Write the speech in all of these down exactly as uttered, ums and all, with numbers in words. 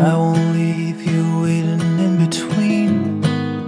I won't leave you waiting in between.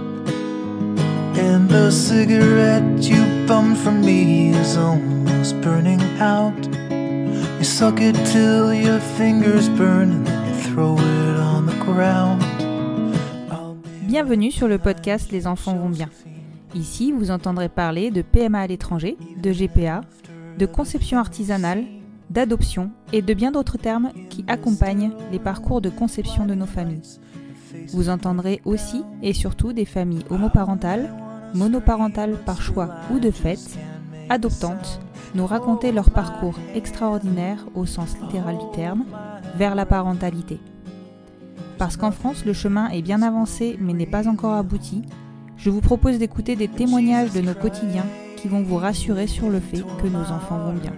And the cigarette you bummed from me is almost burning out. You suck it till your fingers burn and then you throw it on the ground. Bienvenue sur le podcast Les enfants vont bien. Ici, vous entendrez parler de P M A à l'étranger, de G P A, de conception artisanale, d'adoption et de bien d'autres termes qui accompagnent les parcours de conception de nos familles. Vous entendrez aussi et surtout des familles homoparentales, monoparentales par choix ou de fait, adoptantes, nous raconter leur parcours extraordinaire au sens littéral du terme, vers la parentalité. Parce qu'en France, le chemin est bien avancé mais n'est pas encore abouti, je vous propose d'écouter des témoignages de nos quotidiens qui vont vous rassurer sur le fait que nos enfants vont bien.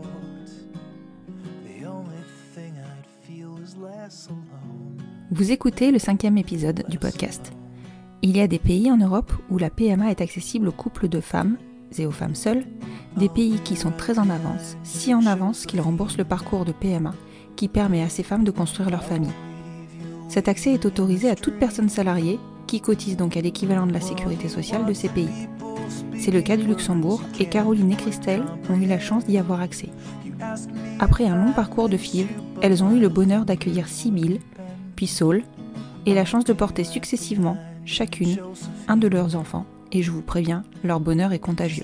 Vous écoutez le cinquième épisode du podcast. Il y a des pays en Europe où la P M A est accessible aux couples de femmes et aux femmes seules, des pays qui sont très en avance, si en avance qu'ils remboursent le parcours de P M A qui permet à ces femmes de construire leur famille. Cet accès est autorisé à toute personne salariée qui cotise donc à l'équivalent de la sécurité sociale de ces pays. C'est le cas du Luxembourg et Caroline et Christelle ont eu la chance d'y avoir accès. Après un long parcours de F I V, elles ont eu le bonheur d'accueillir Sibylle, puis Saul, et la chance de porter successivement, chacune, un de leurs enfants, et je vous préviens, leur bonheur est contagieux.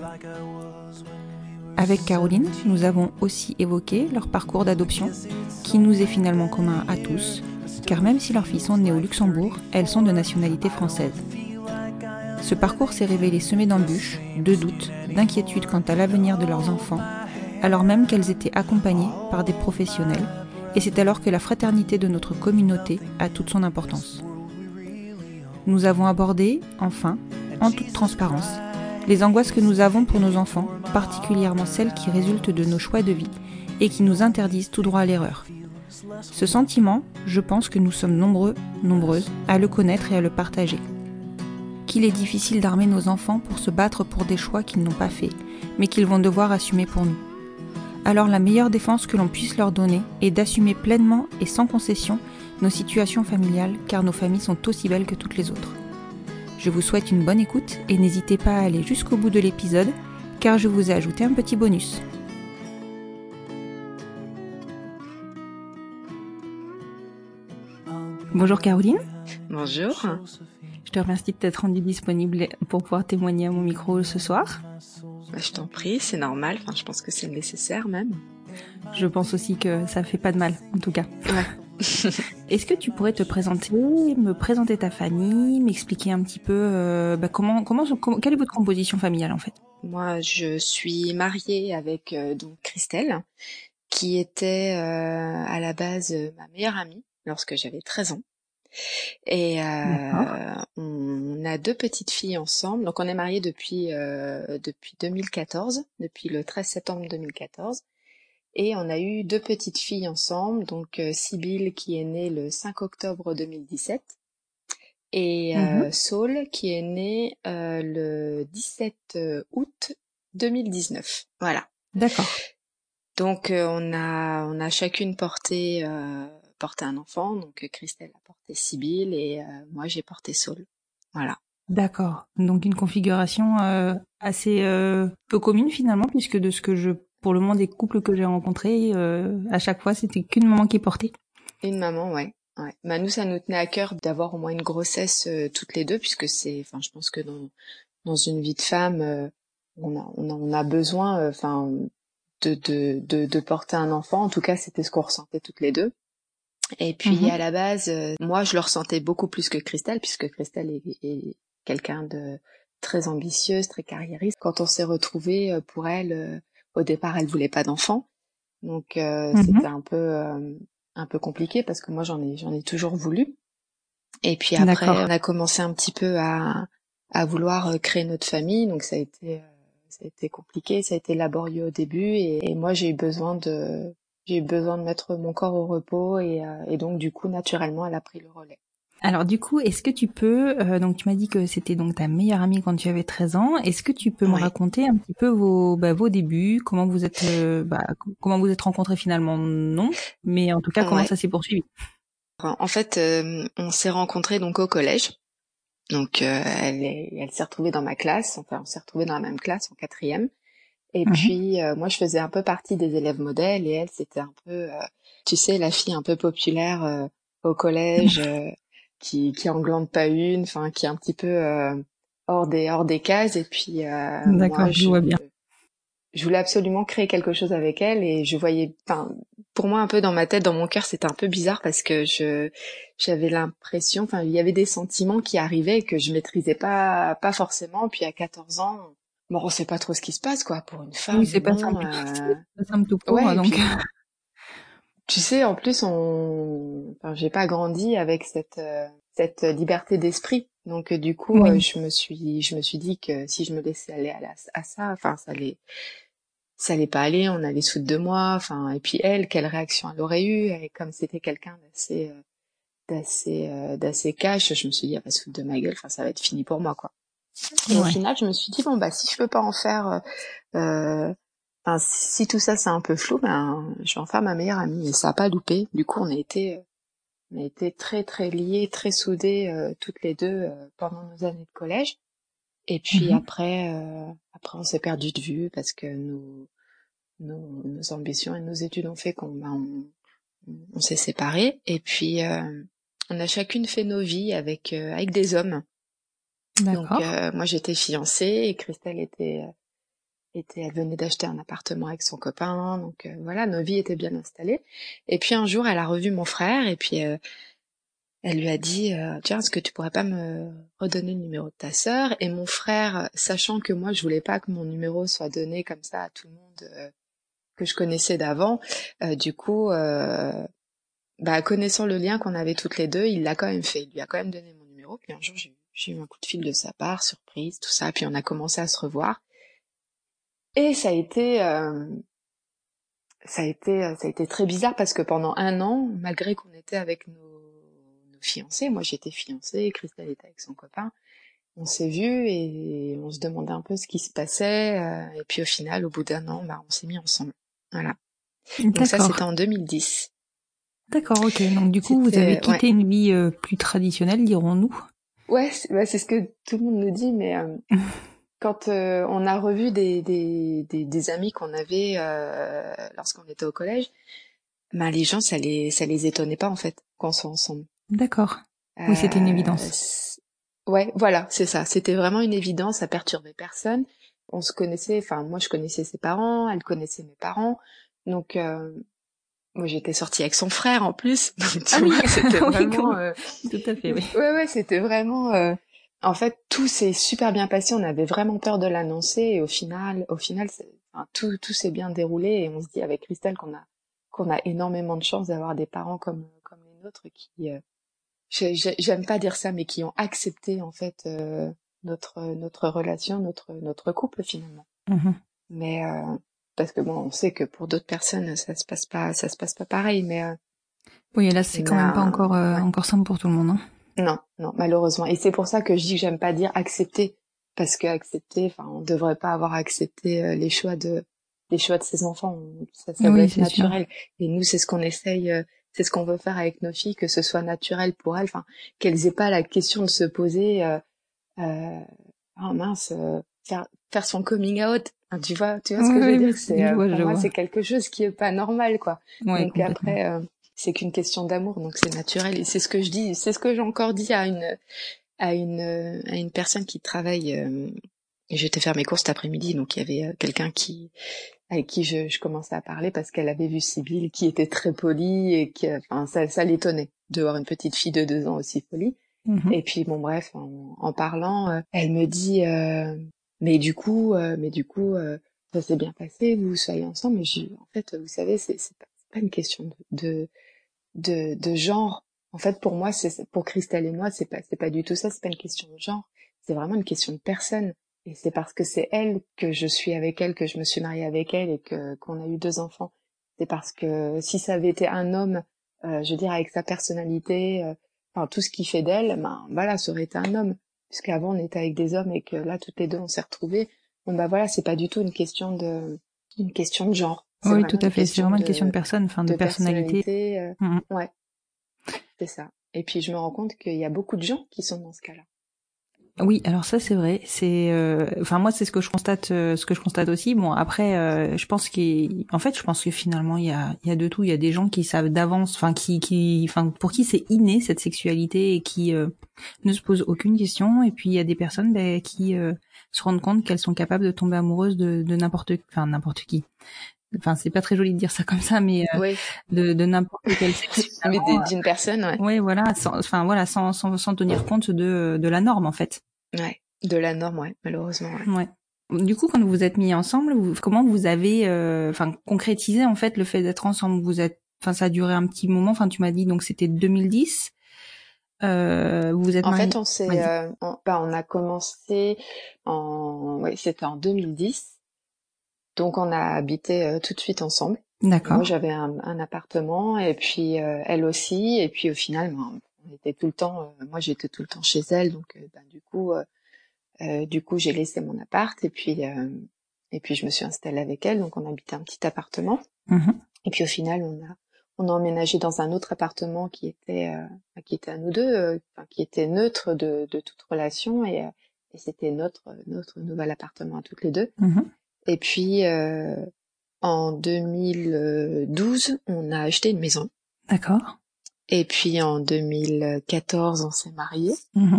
Avec Caroline, nous avons aussi évoqué leur parcours d'adoption, qui nous est finalement commun à tous, car même si leurs filles sont nées au Luxembourg, elles sont de nationalité française. Ce parcours s'est révélé semé d'embûches, de doutes, d'inquiétudes quant à l'avenir de leurs enfants, alors même qu'elles étaient accompagnées par des professionnels, et c'est alors que la fraternité de notre communauté a toute son importance. Nous avons abordé, enfin, en toute transparence, les angoisses que nous avons pour nos enfants, particulièrement celles qui résultent de nos choix de vie et qui nous interdisent tout droit à l'erreur. Ce sentiment, je pense que nous sommes nombreux, nombreuses, à le connaître et à le partager. Qu'il est difficile d'armer nos enfants pour se battre pour des choix qu'ils n'ont pas faits, mais qu'ils vont devoir assumer pour nous. Alors la meilleure défense que l'on puisse leur donner est d'assumer pleinement et sans concession nos situations familiales, car nos familles sont aussi belles que toutes les autres. Je vous souhaite une bonne écoute et n'hésitez pas à aller jusqu'au bout de l'épisode, car je vous ai ajouté un petit bonus. Bonjour Caroline. Bonjour. Je te remercie de t'être rendue disponible pour pouvoir témoigner à mon micro ce soir. Bah, je t'en prie, c'est normal, enfin, je pense que c'est nécessaire même. Je pense aussi que ça fait pas de mal, en tout cas. Ouais. Est-ce que tu pourrais te présenter, me présenter ta famille, m'expliquer un petit peu euh, bah, comment, comment, comment, quelle est votre composition familiale en fait? Moi, je suis mariée avec euh, donc Christelle, qui était euh, à la base euh, ma meilleure amie lorsque j'avais treize ans. Et euh, on a deux petites filles ensemble. Donc on est mariés depuis euh, depuis deux mille quatorze, depuis le treize septembre deux mille quatorze. Et on a eu deux petites filles ensemble, donc euh, Sibylle qui est née le cinq octobre deux mille dix-sept et euh, Mm-hmm. Saul qui est né euh, le dix-sept août deux mille dix-neuf. Voilà. D'accord. Donc euh, on a on a chacune porté euh, porté un enfant, donc Christelle a porté Sibylle et euh, moi j'ai porté Saul. Voilà. D'accord. Donc une configuration euh, assez euh, peu commune finalement, puisque de ce que je, pour le moment des couples que j'ai rencontrés, euh, à chaque fois c'était qu'une maman qui portait. Une maman, ouais. Ouais. Bah nous ça nous tenait à cœur d'avoir au moins une grossesse euh, toutes les deux, puisque c'est, enfin je pense que dans dans une vie de femme, euh, on a on a on a besoin, enfin euh, de, de de de porter un enfant. En tout cas c'était ce qu'on ressentait toutes les deux. Et puis Mm-hmm. à la base, euh, moi je le ressentais beaucoup plus que Christelle, puisque Christelle est, est quelqu'un de très ambitieuse, très carriériste. Quand on s'est retrouvés, euh, pour elle, euh, au départ, elle voulait pas d'enfant, donc euh, Mm-hmm. c'était un peu euh, un peu compliqué parce que moi j'en ai j'en ai toujours voulu. Et puis après, D'accord. on a commencé un petit peu à à vouloir créer notre famille, donc ça a été euh, ça a été compliqué, ça a été laborieux au début, et, et moi j'ai eu besoin de j'ai eu besoin de mettre mon corps au repos et, euh, et donc du coup naturellement elle a pris le relais. Alors du coup, est-ce que tu peux, euh, donc tu m'as dit que c'était donc ta meilleure amie quand tu avais treize ans, est-ce que tu peux me Ouais. raconter un petit peu vos, bah, vos débuts, comment vous êtes, euh, bah, comment vous êtes rencontrés finalement? Non, mais en tout cas comment Ouais. ça s'est poursuivi? En fait, euh, on s'est rencontrés donc au collège. Donc, euh, elle, est, elle s'est retrouvée dans ma classe. Enfin, on s'est retrouvés dans la même classe en quatrième. Et mmh. puis, euh, moi, je faisais un peu partie des élèves modèles et elle, c'était un peu, euh, tu sais, la fille un peu populaire euh, au collège, euh, qui qui en glande pas une, enfin, qui est un petit peu euh, hors des hors des cases. Et puis, euh, D'accord, moi, je, je vois bien. Je voulais absolument créer quelque chose avec elle et je voyais, enfin, pour moi un peu dans ma tête, dans mon cœur, c'était un peu bizarre parce que je, j'avais l'impression, enfin, il y avait des sentiments qui arrivaient que je maîtrisais pas, pas forcément. Puis à quatorze ans, bon, on sait pas trop ce qui se passe, quoi, pour une femme. Oui, c'est pas non, simple. euh... C'est pas simple tout court, ouais, donc. Puis, tu sais, en plus, on, enfin, j'ai pas grandi avec cette, euh, cette liberté d'esprit. Donc, euh, du coup, oui. euh, je me suis, je me suis dit que si je me laissais aller à, la, à ça, enfin, ça allait. ça allait pas aller, on allait se foutre de moi, enfin, et puis elle, quelle réaction elle aurait eu, et comme c'était quelqu'un d'assez, euh, d'assez, euh, d'assez cash, je me suis dit, elle va se foutre de ma gueule, enfin, ça va être fini pour moi, quoi. Et ouais. Au final, je me suis dit, bon, bah, si je peux pas en faire, euh, enfin, si tout ça c'est un peu flou, ben, je vais en faire ma meilleure amie, et ça a pas loupé. Du coup, on a été, on a été très, très liés, très soudés, euh, toutes les deux, euh, pendant nos années de collège. Et puis mmh. après, euh, après, on s'est perdu de vue parce que nos, nos, nos ambitions et nos études ont fait qu'on bah, on, on s'est séparés. Et puis, euh, on a chacune fait nos vies avec euh, avec des hommes. D'accord. Donc, euh, moi, j'étais fiancée et Christelle était était, elle venait d'acheter un appartement avec son copain. Donc euh, voilà, nos vies étaient bien installées. Et puis un jour, elle a revu mon frère et puis. Euh, Elle lui a dit, euh, tiens, est-ce que tu pourrais pas me redonner le numéro de ta sœur? Et mon frère, sachant que moi, je voulais pas que mon numéro soit donné comme ça à tout le monde euh, que je connaissais d'avant, euh, du coup, euh, bah, connaissant le lien qu'on avait toutes les deux, il l'a quand même fait. Il lui a quand même donné mon numéro. Puis un jour, j'ai, j'ai eu un coup de fil de sa part, surprise, tout ça. Puis on a commencé à se revoir. Et ça a été, euh, ça a été, ça a été très bizarre parce que pendant un an, malgré qu'on était avec nos fiancés, moi j'étais fiancée, Christelle était avec son copain, on s'est vus et on se demandait un peu ce qui se passait, euh, et puis au final, au bout d'un an, bah, on s'est mis ensemble. Voilà. D'accord. Donc ça, c'était en deux mille dix. D'accord, ok. Donc du coup, c'était, vous avez quitté ouais. une vie euh, plus traditionnelle, dirons-nous. Ouais, c'est, ouais, c'est ce que tout le monde nous dit, mais euh, quand euh, on a revu des, des, des, des amis qu'on avait euh, lorsqu'on était au collège, bah, les gens, ça les, ça les étonnait pas en fait, qu'on soit ensemble. D'accord. Oui, euh, c'était une évidence. Ouais, voilà, c'est ça. C'était vraiment une évidence, ça perturbait personne. On se connaissait, enfin moi je connaissais ses parents, elle connaissait mes parents. Donc euh, moi j'étais sortie avec son frère en plus. Donc, tu ah vois, oui, c'était oui, vraiment euh... tout à fait, oui. Ouais ouais, c'était vraiment euh... en fait tout s'est super bien passé, on avait vraiment peur de l'annoncer et au final au final enfin, tout tout s'est bien déroulé et on se dit avec Christelle qu'on a qu'on a énormément de chance d'avoir des parents comme comme les nôtres qui euh... j'aime pas dire ça, mais qui ont accepté en fait euh, notre notre relation, notre notre couple finalement. Mmh. Mais euh, parce que bon, on sait que pour d'autres personnes, ça se passe pas, ça se passe pas pareil. Mais euh, oui, et là, c'est quand a, même pas encore euh, ouais. encore simple pour tout le monde. Hein. Non, non, malheureusement. Et c'est pour ça que je dis que j'aime pas dire accepter, parce que accepter, enfin, on devrait pas avoir accepté euh, les choix de les choix de ses enfants. Ça, ça oui, doit être naturel. Sûr. Et nous, c'est ce qu'on essaye. Euh, C'est ce qu'on veut faire avec nos filles, que ce soit naturel pour elles, enfin, qu'elles aient pas la question de se poser, euh, euh, oh mince, euh, faire, faire son coming out, hein, tu vois, tu vois ce que oui, je veux oui, dire, c'est, euh, vois, pour moi, vois. c'est quelque chose qui est pas normal, quoi. Ouais, donc après, euh, c'est qu'une question d'amour, donc c'est naturel, et c'est ce que je dis, c'est ce que j'ai encore dit à une, à une, à une personne qui travaille, euh, et j'étais faire mes courses cet après-midi, donc il y avait euh, quelqu'un qui, avec qui je, je commençais à parler parce qu'elle avait vu Sybille qui était très polie et qui, enfin, ça, ça l'étonnait de voir une petite fille de deux ans aussi polie. Mmh. Et puis bon, bref, en, en parlant, euh, elle me dit, euh, mais du coup, euh, mais du coup, euh, ça s'est bien passé, vous soyez ensemble. Mais je, en fait, vous savez, c'est, c'est pas, c'est pas une question de, de, de, de genre. En fait, pour moi, c'est, pour Christelle et moi, c'est pas, c'est pas du tout ça. C'est pas une question de genre. C'est vraiment une question de personne. Et c'est parce que c'est elle que je suis avec elle, que je me suis mariée avec elle et que qu'on a eu deux enfants. C'est parce que si ça avait été un homme, euh, je veux dire avec sa personnalité, euh, enfin tout ce qui fait d'elle, ben voilà, ça aurait été un homme. Puisqu'avant on était avec des hommes et que là toutes les deux on s'est retrouvées. Bon bah voilà, c'est pas du tout une question de une question de genre. Oui, tout à fait. C'est vraiment une question de personne, enfin de, de personnalité. personnalité euh, mmh. Ouais. c'est ça. Et puis je me rends compte qu'il y a beaucoup de gens qui sont dans ce cas-là. Oui, alors ça c'est vrai. C'est, euh, enfin moi c'est ce que je constate, euh, ce que je constate aussi. Bon après, euh, je pense qu'en fait, je pense que finalement il y a, il y a de tout. Il y a des gens qui savent d'avance, enfin qui, qui, enfin pour qui c'est inné cette sexualité et qui euh, ne se posent aucune question. Et puis il y a des personnes ben, qui euh, se rendent compte qu'elles sont capables de tomber amoureuses de, de n'importe, enfin n'importe qui. Enfin c'est pas très joli de dire ça comme ça, mais euh, Oui. de, de n'importe quel sexe. Mais d'une personne, ouais. Oui, voilà, sans, enfin voilà, sans, sans, sans tenir compte de, de la norme en fait. Ouais, de la norme, ouais, malheureusement. Ouais. Ouais. Du coup, quand vous vous êtes mis ensemble, vous, comment vous avez, euh, enfin, concrétisé en fait le fait d'être ensemble? Vous êtes, enfin, ça a duré un petit moment. Enfin, tu m'as dit donc c'était deux mille dix. Euh, vous vous êtes En mariés. fait, on s'est, euh, on, bah, on a commencé en, ouais, c'était en deux mille dix. Donc, on a habité euh, tout de suite ensemble. D'accord. Moi, j'avais un, un appartement et puis euh, elle aussi. Et puis au final, ben, on était tout le temps. Euh, moi, j'étais tout le temps chez elle, donc euh, ben, du coup, euh, euh, du coup, j'ai laissé mon appart et puis euh, et puis je me suis installée avec elle. Donc, on habitait un petit appartement. Mm-hmm. Et puis au final, on a on a emménagé dans un autre appartement qui était euh, qui était à nous deux, euh, enfin, qui était neutre de, de toute relation et, euh, et c'était notre notre nouvel appartement à toutes les deux. Mm-hmm. Et puis euh, en deux mille douze, on a acheté une maison. D'accord. Et puis en deux mille quatorze, on s'est mariés. Mm-hmm.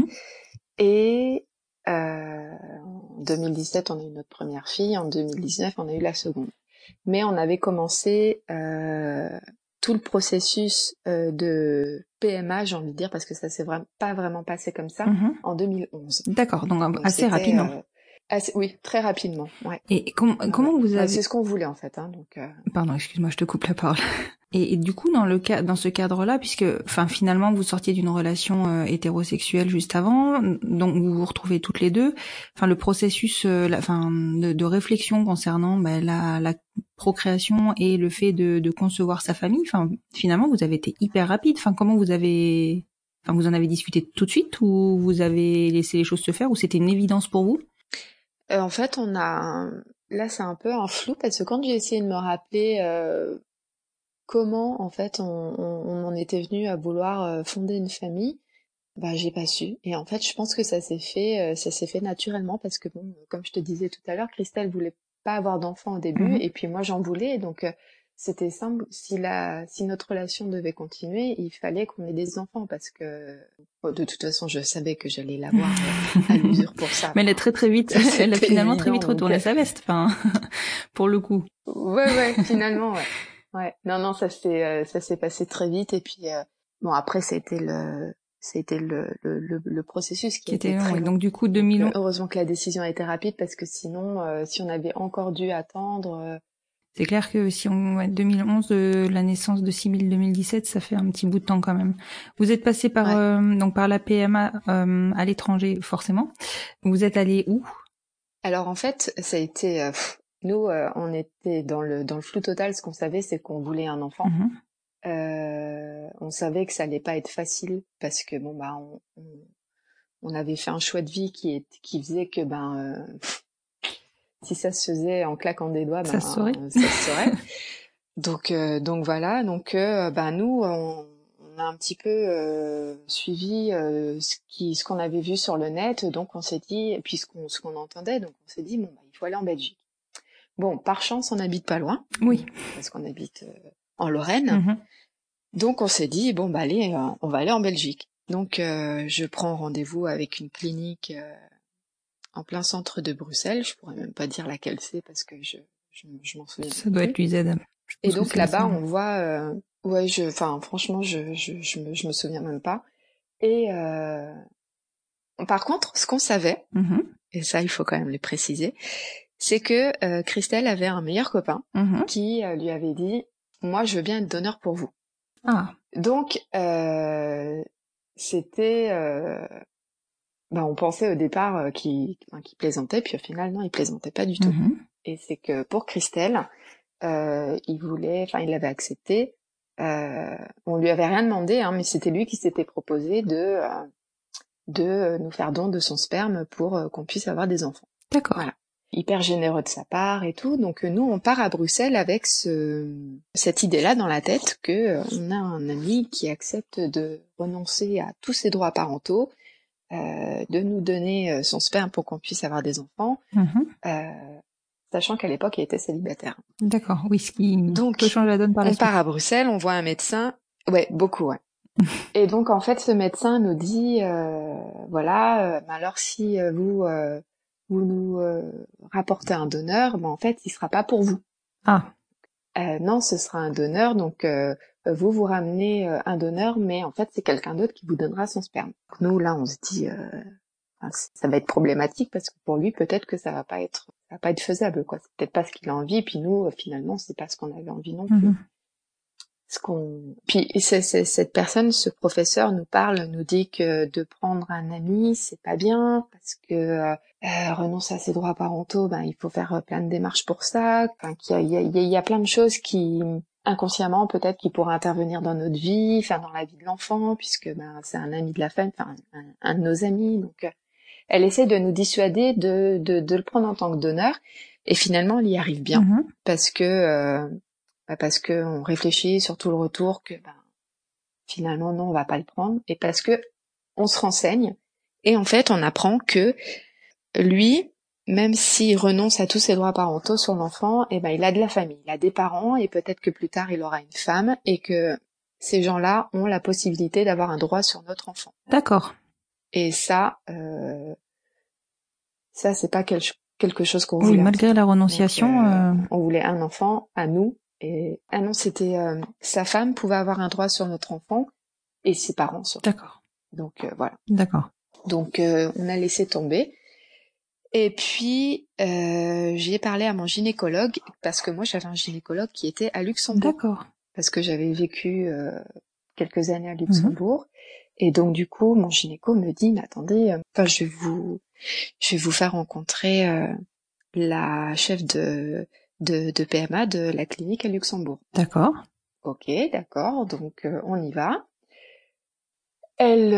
Et euh, en deux mille dix-sept, on a eu notre première fille. En deux mille dix-neuf, on a eu la seconde. Mais on avait commencé euh, tout le processus euh, de P M A, j'ai envie de dire, parce que ça s'est vraiment pas vraiment passé comme ça, Mm-hmm. en deux mille onze. D'accord, donc, donc assez c'était, rapidement. Euh, assez, oui, très rapidement. Ouais. Et com- Ouais, comment ouais. vous avez... Ouais, c'est ce qu'on voulait en fait. Hein, donc, euh... Pardon, excuse-moi, je te coupe la parole. Et, et du coup, dans le cas, dans ce cadre-là, puisque, enfin, finalement, vous sortiez d'une relation euh, hétérosexuelle juste avant, donc vous vous retrouvez toutes les deux. Enfin, le processus, euh, la, enfin, de, de réflexion concernant ben, la, la procréation et le fait de, de concevoir sa famille. Enfin, finalement, vous avez été hyper rapide. Enfin, comment vous avez, enfin, vous en avez discuté tout de suite ou vous avez laissé les choses se faire ou c'était une évidence pour vous? Euh, en fait, on a là, c'est un peu un flou parce que quand j'ai essayé de me rappeler euh, comment, en fait, on, on, on en était venu à vouloir euh, fonder une famille, bah, j'ai pas su. Et en fait, je pense que ça s'est fait, euh, ça s'est fait naturellement parce que bon, comme je te disais tout à l'heure, Christelle voulait pas avoir d'enfant au début, Mm-hmm. et puis moi j'en voulais, et donc euh, c'était simple. Si la, si notre relation devait continuer, il fallait qu'on ait des enfants parce que bon, de toute façon, je savais que j'allais l'avoir euh, à l'usure pour ça. Mais elle est très très vite, elle a finalement évident, très vite retourné donc... sa veste, enfin, pour le coup. Ouais, ouais, finalement, ouais. Ouais. Non, non, ça s'est, euh, ça s'est passé très vite, et puis euh, bon, après, ça a été le, c'était le, le, le, le processus qui, qui était très long. Donc du coup, deux mille onze. Donc, heureusement que la décision a été rapide parce que sinon, euh, si on avait encore dû attendre. Euh... C'est clair que si on ouais, deux mille onze, de la naissance de Sibylle deux mille dix-sept, ça fait un petit bout de temps quand même. Vous êtes passé par ouais. euh, donc par la P M A euh, à l'étranger forcément. Vous êtes allé où? Alors en fait, ça a été euh, pff, nous, euh, on était dans le dans le flou total. Ce qu'on savait, c'est qu'on voulait un enfant. Mm-hmm. Euh, on savait que ça allait pas être facile parce que bon bah on, on, on avait fait un choix de vie qui est qui faisait que ben euh, si ça se faisait en claquant des doigts, ben ça se saurait. Ça se saurait. donc euh, donc voilà, donc euh, ben nous on, on a un petit peu euh, suivi euh, ce qui ce qu'on avait vu sur le net, donc on s'est dit, et puis ce qu'on ce qu'on entendait, donc on s'est dit bon bah, il faut aller en Belgique. Bon, par chance on n'habite pas loin. Oui. Parce qu'on habite euh, en Lorraine. Mm-hmm. Donc on s'est dit bon bah allez, euh, on va aller en Belgique. Donc euh, je prends rendez-vous avec une clinique euh, en plein centre de Bruxelles. Je pourrais même pas dire laquelle c'est parce que je je, je m'en souviens. Ça doit plus. Être l'U Z M. Et donc là-bas on voit, euh, ouais je, enfin franchement je je je me je me souviens même pas. Et euh, par contre ce qu'on savait, mm-hmm. et ça il faut quand même le préciser, c'est que euh, Christelle avait un meilleur copain mm-hmm. qui euh, lui avait dit moi je veux bien être donneur pour vous. Ah. Donc euh, c'était euh, ben on pensait au départ euh, qu'il enfin, qu'il plaisantait, puis au final non, il plaisantait pas du tout. Mm-hmm. Et c'est que pour Christelle, euh, il voulait, enfin il l'avait accepté. Euh, on lui avait rien demandé, hein, mais c'était lui qui s'était proposé de euh, de nous faire don de son sperme pour euh, qu'on puisse avoir des enfants. D'accord. Voilà. hyper généreux de sa part et tout. Donc nous, on part à Bruxelles avec ce, cette idée-là dans la tête que euh, on a un ami qui accepte de renoncer à tous ses droits parentaux, euh, de nous donner euh, son sperme pour qu'on puisse avoir des enfants, Mhm. euh, sachant qu'à l'époque, il était célibataire. D'accord, oui, ce qui Donc, peut changer la donne par la on suite. part à Bruxelles, on voit un médecin. Ouais, beaucoup, ouais. Et donc, en fait, ce médecin nous dit, euh, voilà, euh, bah alors si euh, vous euh, vous nous euh, rapportez un donneur, ben en fait, il sera pas pour vous. Ah, Euh, non, ce sera un donneur, donc euh, vous vous ramenez euh, un donneur, mais en fait, c'est quelqu'un d'autre qui vous donnera son sperme. Nous, là, on se dit, euh, enfin, ça va être problématique parce que pour lui, peut-être que ça va pas être, ça va pas être faisable, quoi. C'est peut-être pas ce qu'il a envie, puis nous, euh, finalement, c'est pas ce qu'on avait envie non plus. mhm. Ce qu'on, puis c'est, c'est, cette personne, ce professeur nous parle, nous dit que de prendre un ami, c'est pas bien parce que euh, euh, renoncer à ses droits parentaux, ben il faut faire euh, plein de démarches pour ça. Enfin, qu'il y a, il y a, il y a, il y a plein de choses qui inconsciemment peut-être qui pourraient intervenir dans notre vie, enfin dans la vie de l'enfant, puisque ben c'est un ami de la famille, enfin un, un de nos amis. Donc euh, elle essaie de nous dissuader de, de de le prendre en tant que donneur, et finalement elle y arrive bien Mhm. parce que euh, bah parce que on réfléchit sur tout le retour que ben finalement non, on va pas le prendre, et parce que on se renseigne et en fait on apprend que lui, même s'il renonce à tous ses droits parentaux sur l'enfant, eh ben il a de la famille, il a des parents, et peut-être que plus tard il aura une femme, et que ces gens-là ont la possibilité d'avoir un droit sur notre enfant. D'accord. Et ça, euh, ça c'est pas quel- quelque chose qu'on Oui, voulait. malgré la Donc, renonciation. euh, euh, on voulait un enfant à nous. Et ah non, c'était euh, sa femme pouvait avoir un droit sur notre enfant et ses parents surtout. D'accord. Donc euh, voilà. D'accord. Donc euh, on a laissé tomber. Et puis euh, j'y ai parlé à mon gynécologue parce que moi j'avais un gynécologue qui était à Luxembourg D'accord. parce que j'avais vécu euh, quelques années à Mhm. Luxembourg. Et donc du coup mon gynéco me dit mais attendez, euh, enfin je vais vous je vais vous faire rencontrer euh, la chef de de, de P M A de la clinique à Luxembourg. D'accord. Ok, d'accord, donc euh, on y va. Elle,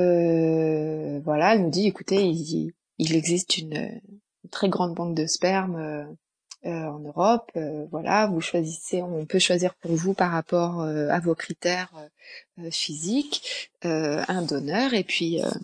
euh, voilà, elle nous dit, écoutez, il, il existe une, une très grande banque de sperme euh, euh, en Europe. Euh, voilà, vous choisissez, on peut choisir pour vous par rapport euh, à vos critères euh, physiques euh, un donneur, et puis euh,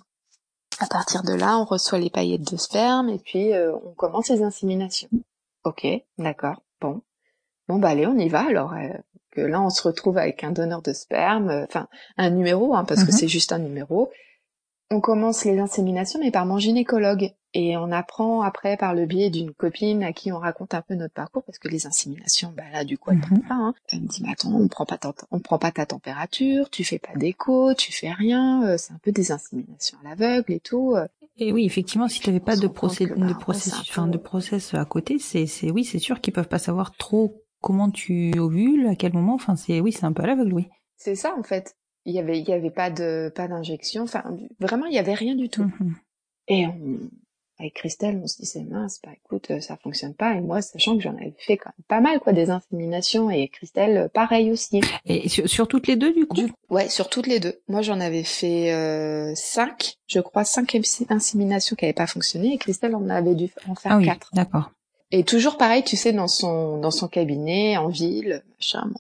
à partir de là, on reçoit les paillettes de sperme, et puis euh, on commence les inséminations. Ok, d'accord, bon. Bon bah allez, on y va alors. Euh, que là, on se retrouve avec un donneur de sperme, euh, enfin un numéro, hein, parce que Mhm. c'est juste un numéro. On commence les inséminations, mais par mon gynécologue, et on apprend après par le biais d'une copine à qui on raconte un peu notre parcours, parce que les inséminations, bah là du coup elle Mhm. prend pas. Hein. Elle me dit mais attends, on prend pas ta, on prend pas ta température, tu fais pas d'écho, tu fais rien, euh, c'est un peu des inséminations à l'aveugle et tout. euh. Et oui, effectivement, si tu n'avais On pas se de rend compte procé- que, de bah, ouais, c'est un processus, enfin, peu- de process à côté, c'est, c'est, oui, c'est sûr qu'ils peuvent pas savoir trop comment tu ovules, à quel moment. Enfin, c'est, oui, c'est un peu à l'aveugle, oui. C'est ça en fait. Il y avait, il y avait pas de, pas d'injection. Enfin, vraiment, il y avait rien du tout. Mhm. Et on, avec Christelle, on se dit c'est mince, bah écoute, euh, ça fonctionne pas. Et moi, sachant que j'en avais fait quand même pas mal, quoi, des inséminations, et Christelle, euh, pareil aussi. Et sur, sur toutes les deux, du coup? Du, ouais, sur toutes les deux. Moi, j'en avais fait euh, cinq, je crois, cinq insi- inséminations qui avaient pas fonctionné, et Christelle en avait dû en faire Ah oui, quatre. d'accord. Et toujours pareil, tu sais, dans son dans son cabinet, en ville, machin. Bon.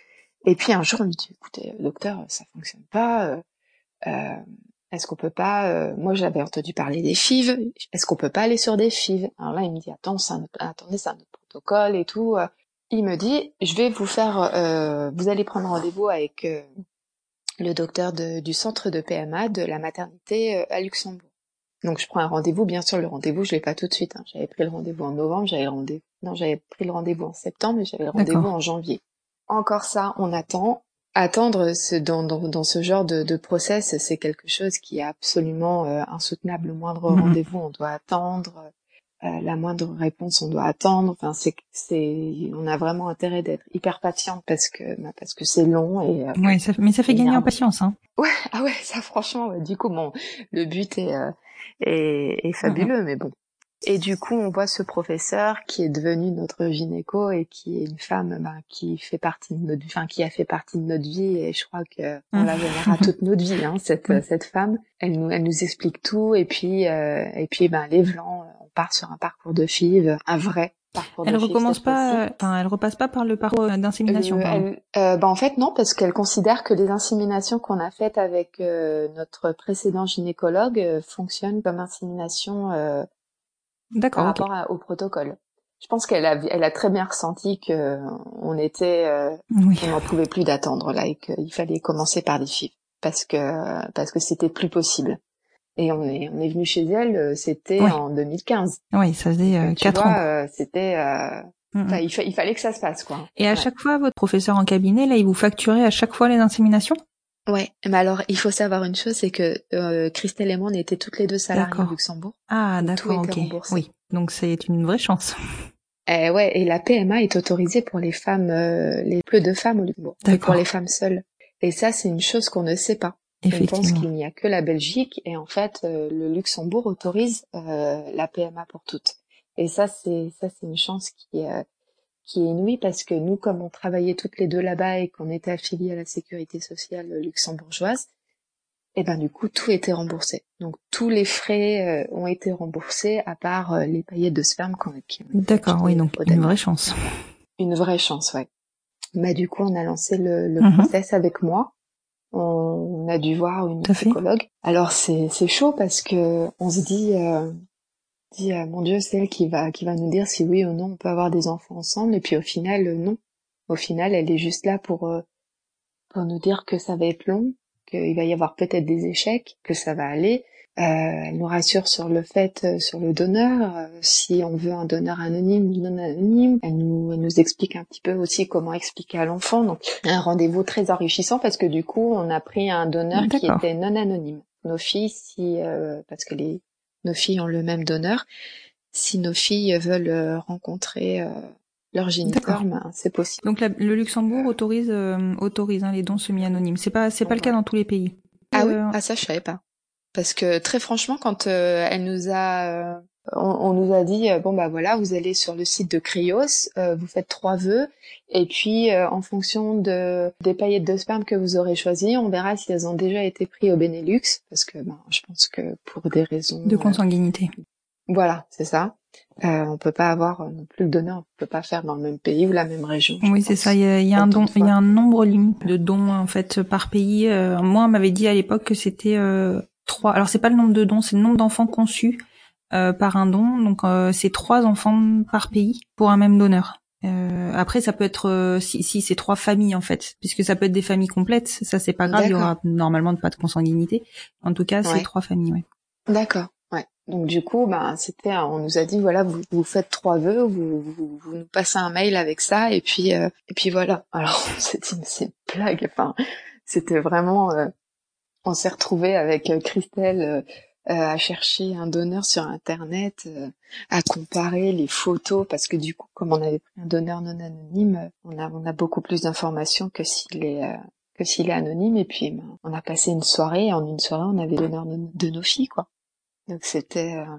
Et puis un jour, on lui dit, écoutez, docteur, ça fonctionne pas. Euh, euh, est-ce qu'on peut pas, euh, moi j'avais entendu parler des F I V, est-ce qu'on peut pas aller sur des F I V? Alors là il me dit attends, c'est un, attendez, c'est un autre protocole et tout. Il me dit je vais vous faire, euh, vous allez prendre rendez-vous avec euh, le docteur de, du centre de P M A de la maternité euh, à Luxembourg. Donc je prends un rendez-vous, bien sûr le rendez-vous je l'ai pas tout de suite, hein. J'avais pris le rendez-vous en novembre, j'avais le rendez-vous, non j'avais pris le rendez-vous en septembre, mais j'avais le rendez-vous D'accord. en janvier. Encore ça, on attend. Attendre ce, dans, dans, dans ce genre de, de process, c'est quelque chose qui est absolument euh, insoutenable. Le moindre Mhm. rendez-vous, on doit attendre. Euh, la moindre réponse, on doit attendre. Enfin, c'est, c'est, on a vraiment intérêt d'être hyper patiente parce que, bah, parce que c'est long et. Euh, Ouais, ça, mais ça fait gagner en énervant. patience, hein. Ouais, ah ouais, ça franchement, ouais, du coup, bon, le but est, euh, est, est fabuleux, Mhm. mais bon, Et du coup, on voit ce professeur qui est devenu notre gynéco et qui est une femme ben, qui fait partie de notre, enfin qui a fait partie de notre vie. Et je crois que on la verra toute notre vie. Hein, cette mmh. cette femme, elle nous elle nous explique tout. Et puis euh, et puis ben les Vlans, on part sur un parcours de F I V, un vrai. Elle recommence pas, enfin, elle repasse pas par le parcours d'insémination. Euh, elle, euh, bah en fait non, parce qu'elle considère que les inséminations qu'on a faites avec euh, notre précédent gynécologue euh, fonctionnent comme insémination euh, par rapport okay. à, au protocole. Je pense qu'elle a, elle a très bien ressenti que on était, euh, oui. qu'on n'en pouvait plus d'attendre là et qu'il fallait commencer par des F I V parce que parce que c'était plus possible. Et on est on est venu chez elle, c'était oui. en deux mille quinze. Oui, ça faisait euh, quatre ans. Euh, c'était euh, mm-hmm. il, fa- il fallait que ça se passe quoi. Et à ouais. chaque fois, votre professeur en cabinet, là, il vous facturait à chaque fois les inséminations? Ouais, mais alors il faut savoir une chose, c'est que euh, Christelle et moi, on était toutes les deux salariées au Luxembourg. Ah d'accord, ok. Remboursé. Oui, donc c'est une vraie chance. Eh ouais, et la P M A est autorisée pour les femmes, euh, les peu de femmes au Luxembourg, et pour les femmes seules. Et ça, c'est une chose qu'on ne sait pas. On pense qu'il n'y a que la Belgique et en fait euh, le Luxembourg autorise euh, la P M A pour toutes. Et ça c'est ça c'est une chance qui est euh, qui est inouïe parce que nous comme on travaillait toutes les deux là-bas et qu'on était affiliés à la sécurité sociale luxembourgeoise, et ben du coup tout était remboursé. Donc tous les frais euh, ont été remboursés à part euh, les paillettes de sperme qu'on qui ont D'accord, oui, donc une vraie chance. Une vraie chance, ouais. Bah du coup on a lancé le, le mm-hmm. process avec moi. On a dû voir une psychologue. Alors c'est c'est chaud parce que on se dit euh, dit euh, mon Dieu, c'est elle qui va qui va nous dire si oui ou non on peut avoir des enfants ensemble et puis au final euh, non. Au final, elle est juste là pour euh, pour nous dire que ça va être long, qu'il va y avoir peut-être des échecs, que ça va aller. Euh, elle nous rassure sur le fait, euh, sur le donneur, euh, si on veut un donneur anonyme ou non anonyme. Elle nous, elle nous explique un petit peu aussi comment expliquer à l'enfant. Donc, un rendez-vous très enrichissant parce que du coup, on a pris un donneur D'accord. qui était non anonyme. Nos filles, si, euh, parce que les, nos filles ont le même donneur, si nos filles veulent euh, rencontrer euh, leur géniteur, ben, c'est possible. Donc, la, le Luxembourg autorise, euh, autorise hein, les dons semi-anonymes. C'est pas, c'est pas ouais. le cas dans tous les pays. Ah euh... oui, ah ça je savais pas. Parce que très franchement, quand euh, elle nous a, euh, on, on nous a dit euh, bon bah voilà, vous allez sur le site de Cryos, euh, vous faites trois vœux, et puis euh, en fonction de des paillettes de sperme que vous aurez choisies, on verra si elles ont déjà été prises au Benelux, parce que ben je pense que pour des raisons de consanguinité. Euh, voilà, c'est ça. Euh, on peut pas avoir non plus le donneur, on peut pas faire dans le même pays ou la même région. Oui, c'est ça. Il y a, il y a un don, il y a un nombre limite de dons en fait par pays. Euh, moi, on m'avait dit à l'époque que c'était euh, trois. Alors c'est pas le nombre de dons, c'est le nombre d'enfants conçus euh, par un don. Donc euh, c'est trois enfants par pays pour un même donneur. Euh, après, ça peut être euh, si, si c'est trois familles en fait, puisque ça peut être des familles complètes. Ça c'est pas grave. D'accord. Il y aura normalement pas de consanguinité. En tout cas, c'est ouais. trois familles. Ouais. D'accord. Ouais. Donc du coup, ben c'était, on nous a dit voilà, vous, vous faites trois vœux, vous, vous, vous nous passez un mail avec ça, et puis euh, et puis voilà. Alors on s'est dit mais c'est une blague. Enfin, c'était vraiment. Euh, on s'est retrouvés avec euh, Christelle euh, euh, à chercher un donneur sur internet, euh, à comparer les photos parce que du coup, comme on avait pris un donneur non anonyme, on a on a beaucoup plus d'informations que s'il est euh, que s'il est anonyme. Et puis ben, on a passé une soirée. Et en une soirée, on avait le donneur de nos filles, quoi. Donc c'était, euh...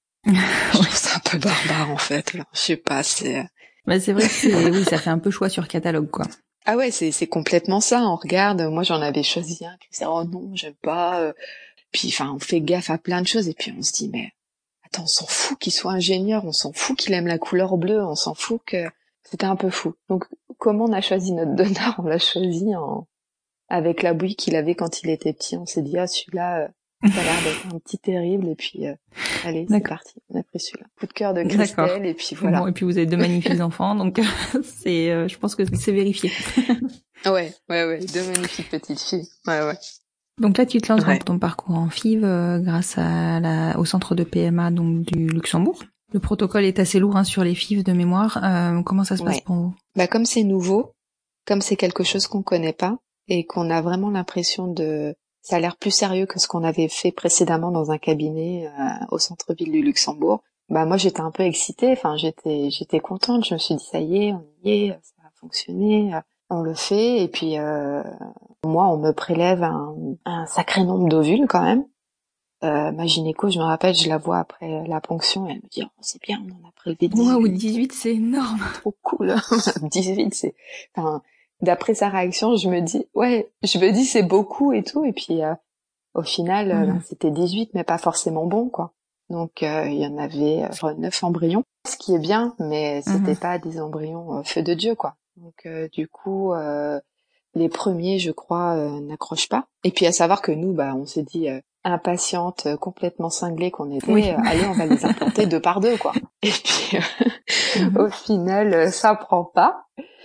je trouve ça un peu barbare en fait. Là. Je sais pas, c'est. Bah c'est vrai que c'est, oui, ça fait un peu choix sur catalogue quoi. Ah ouais, c'est c'est complètement ça. On regarde, moi j'en avais choisi un, puis c'est oh non, j'aime pas. Euh... Puis enfin, on fait gaffe à plein de choses et puis on se dit mais attends, on s'en fout qu'il soit ingénieur, on s'en fout qu'il aime la couleur bleue, on s'en fout que c'était un peu fou. Donc comment on a choisi notre donneur? On l'a choisi en avec la bouille qu'il avait quand il était petit. On s'est dit ah celui-là. Euh... Ça a l'air d'être un petit terrible et puis euh, allez c'est parti, on a pris celui-là. Coup de cœur de Christelle. D'accord. Et puis voilà. Bon, et puis vous avez deux magnifiques enfants donc c'est, euh, je pense que c'est vérifié. ouais, ouais, ouais, deux magnifiques petites filles. Ouais, ouais. Donc là tu te lances ouais. dans ton parcours en F I V euh, grâce à la, au centre de P M A donc du Luxembourg. Le protocole est assez lourd hein, sur les F I V de mémoire. Euh, comment ça se passe ouais. pour vous? Bah comme c'est nouveau, comme c'est quelque chose qu'on connaît pas et qu'on a vraiment l'impression de ça a l'air plus sérieux que ce qu'on avait fait précédemment dans un cabinet euh, au centre-ville du Luxembourg. Bah moi j'étais un peu excitée, enfin j'étais j'étais contente, je me suis dit ça y est, on y est, ça va fonctionner, on le fait et puis euh, moi on me prélève un, un sacré nombre d'ovules quand même. Euh, ma gynéco, je me rappelle, je la vois après la ponction et elle me dit oh, c'est bien, on en a prélevé dix-huit. Waouh, dix-huit, c'est énorme. Trop cool. dix-huit, c'est... Enfin, d'après sa réaction, je me dis, ouais, je me dis c'est beaucoup et tout. Et puis, euh, au final, mmh. euh, ben, c'était dix-huit, mais pas forcément bon, quoi. Donc, euh, il y en avait euh, neuf embryons, ce qui est bien, mais c'était mmh. pas des embryons euh, feu de Dieu, quoi. Donc, euh, du coup... Euh, les premiers, je crois, euh, n'accrochent pas. Et puis à savoir que nous, bah, on s'est dit, euh, impatiente, euh, complètement cinglée qu'on était, oui. euh, allez, on va les implanter deux par deux, quoi. Et puis, euh, mm-hmm. au final, euh, ça prend pas.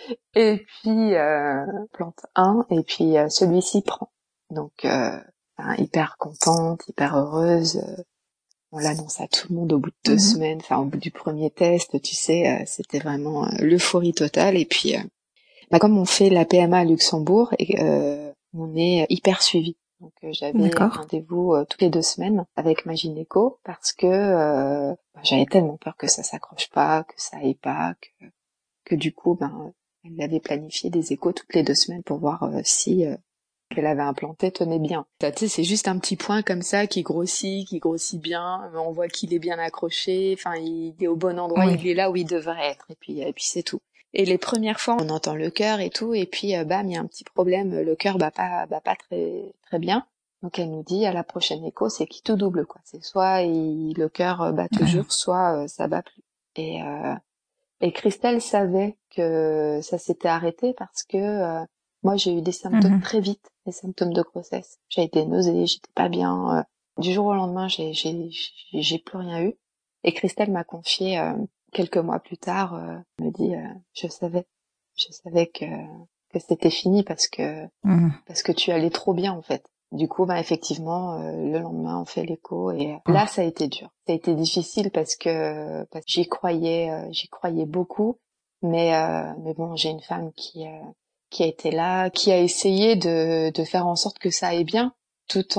Et puis, euh, plante un, et puis euh, celui-ci prend. Donc, euh, hein, hyper contente, hyper heureuse. Euh, on l'annonce à tout le monde au bout de deux mm-hmm. semaines. Enfin, au bout du premier test, tu sais, euh, c'était vraiment euh, l'euphorie totale. Et puis... Euh, Bah, comme on fait la P M A à Luxembourg, et, euh, on est hyper suivi. Donc euh, j'avais D'accord. un rendez-vous euh, toutes les deux semaines avec ma gynéco parce que euh, bah, j'avais tellement peur que ça s'accroche pas, que ça aille pas, que, que du coup, ben, elle avait planifié des échos toutes les deux semaines pour voir euh, si euh, qu'elle avait implanté tenait bien. Tu sais, c'est juste un petit point comme ça qui grossit, qui grossit bien. On voit qu'il est bien accroché. Enfin, il est au bon endroit, oui. il est là où il devrait être. Et puis, et puis c'est tout. Et les premières fois, on entend le cœur et tout, et puis euh, bam, il y a un petit problème, le cœur bat pas, bat pas très très bien. Donc elle nous dit à la prochaine écho, c'est qui tout double, quoi. C'est soit il, le cœur bat toujours, soit euh, ça bat plus. Et euh, et Christelle savait que ça s'était arrêté parce que euh, moi j'ai eu des symptômes mm-hmm. très vite, des symptômes de grossesse. J'ai été nausée, j'étais pas bien. Euh, du jour au lendemain, j'ai j'ai j'ai, j'ai plus rien eu. Et Christelle m'a confié. Euh, Quelques mois plus tard, euh, me dit, euh, je savais, je savais que que c'était fini parce que mmh. parce que tu allais trop bien en fait. Du coup, bah effectivement, euh, le lendemain, on fait l'écho et euh, là, ça a été dur. Ça a été difficile parce que, parce que j'y croyais, euh, j'y croyais beaucoup, mais euh, mais bon, j'ai une femme qui euh, qui a été là, qui a essayé de de faire en sorte que ça aille bien, tout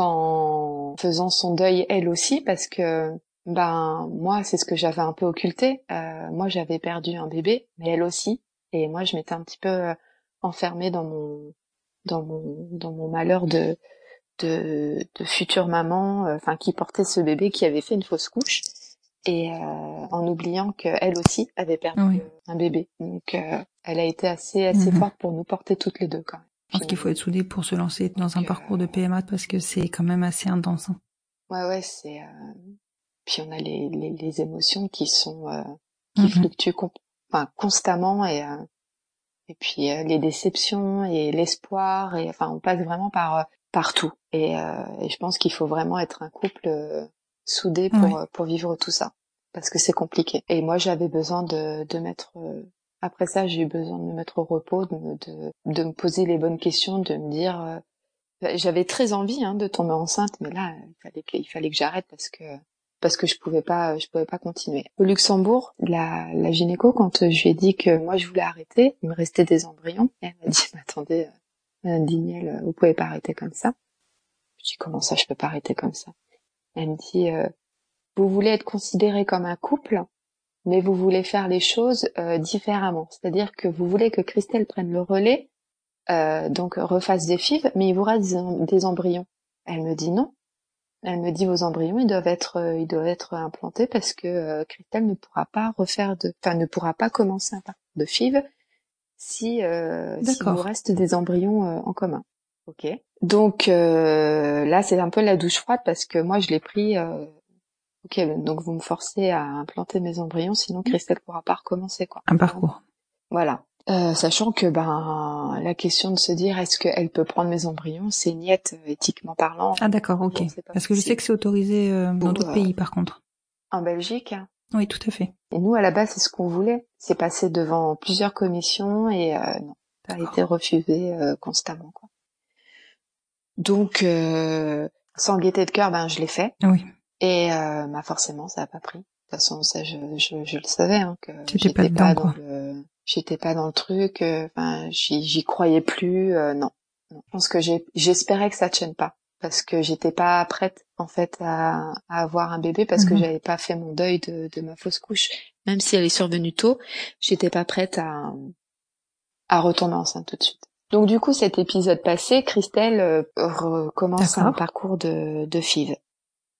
en faisant son deuil elle aussi parce que ben moi c'est ce que j'avais un peu occulté. Euh, moi j'avais perdu un bébé, mais elle aussi. Et moi je m'étais un petit peu euh, enfermée dans mon dans mon dans mon malheur de de, de future maman, enfin euh, qui portait ce bébé qui avait fait une fausse couche et euh, en oubliant qu'elle aussi avait perdu oui. un bébé. Donc euh, elle a été assez assez mm-hmm. forte pour nous porter toutes les deux quand même. Je pense qu'il faut être soudé pour se lancer dans un euh, parcours de P M A parce que c'est quand même assez intense. Hein. Ouais ouais c'est euh... Puis on a les, les, les émotions qui sont euh, qui mm-hmm. fluctuent com- enfin, constamment et euh, et puis euh, les déceptions et l'espoir et enfin on passe vraiment par euh, partout et, euh, et je pense qu'il faut vraiment être un couple euh, soudé pour oui. euh, pour vivre tout ça parce que c'est compliqué. Et moi j'avais besoin de de mettre euh, après ça j'ai eu besoin de me mettre au repos, de me de, de me poser les bonnes questions, de me dire euh, j'avais très envie hein, de tomber enceinte mais là il fallait que il fallait que j'arrête parce que parce que je pouvais pas je pouvais pas continuer. Au Luxembourg, la la gynéco quand je lui ai dit que moi je voulais arrêter, il me restait des embryons, et elle m'a dit mais attendez Madame Dignel, vous pouvez pas arrêter comme ça. Je dis comment ça je peux pas arrêter comme ça. Elle me dit euh, vous voulez être considéré comme un couple, mais vous voulez faire les choses euh, différemment, c'est-à-dire que vous voulez que Christelle prenne le relais euh, donc refasse des F I V, mais il vous reste des, des embryons. Elle me dit non. Elle me dit vos embryons ils doivent être euh, ils doivent être implantés parce que euh, Christelle ne pourra pas refaire de enfin ne pourra pas commencer un parcours de F I V si euh, s'il vous reste des embryons euh, en commun. OK. Donc euh, là c'est un peu la douche froide parce que moi je l'ai pris euh, OK donc vous me forcez à implanter mes embryons sinon Christelle pourra pas recommencer quoi. Un parcours. Voilà. Euh, sachant que ben la question de se dire est-ce qu'elle peut prendre mes embryons, c'est niette euh, éthiquement parlant. Ah d'accord, ok. Bon, parce que je sais que c'est autorisé euh, dans d'autres euh, pays par contre. En Belgique. Oui, tout à fait. Et nous à la base c'est ce qu'on voulait. C'est passé devant plusieurs commissions et euh, non, ça a été refusé euh, constamment quoi. Donc euh, sans gaieté de cœur, ben je l'ai fait. Oui. Et euh, bah forcément ça a pas pris. De toute façon ça je je, je le savais hein, que T'étais j'étais pas, dedans, pas quoi. dans le j'étais pas dans le truc, enfin euh, j'y, j'y croyais plus, euh, non. non. Je pense que j'ai, j'espérais que ça tienne pas, parce que j'étais pas prête en fait à, à avoir un bébé, parce mm-hmm. que j'avais pas fait mon deuil de, de ma fausse couche, même si elle est survenue tôt, j'étais pas prête à, à retomber enceinte tout de suite. Donc du coup cet épisode passé, Christelle euh, recommence D'accord. un parcours de, de F I V.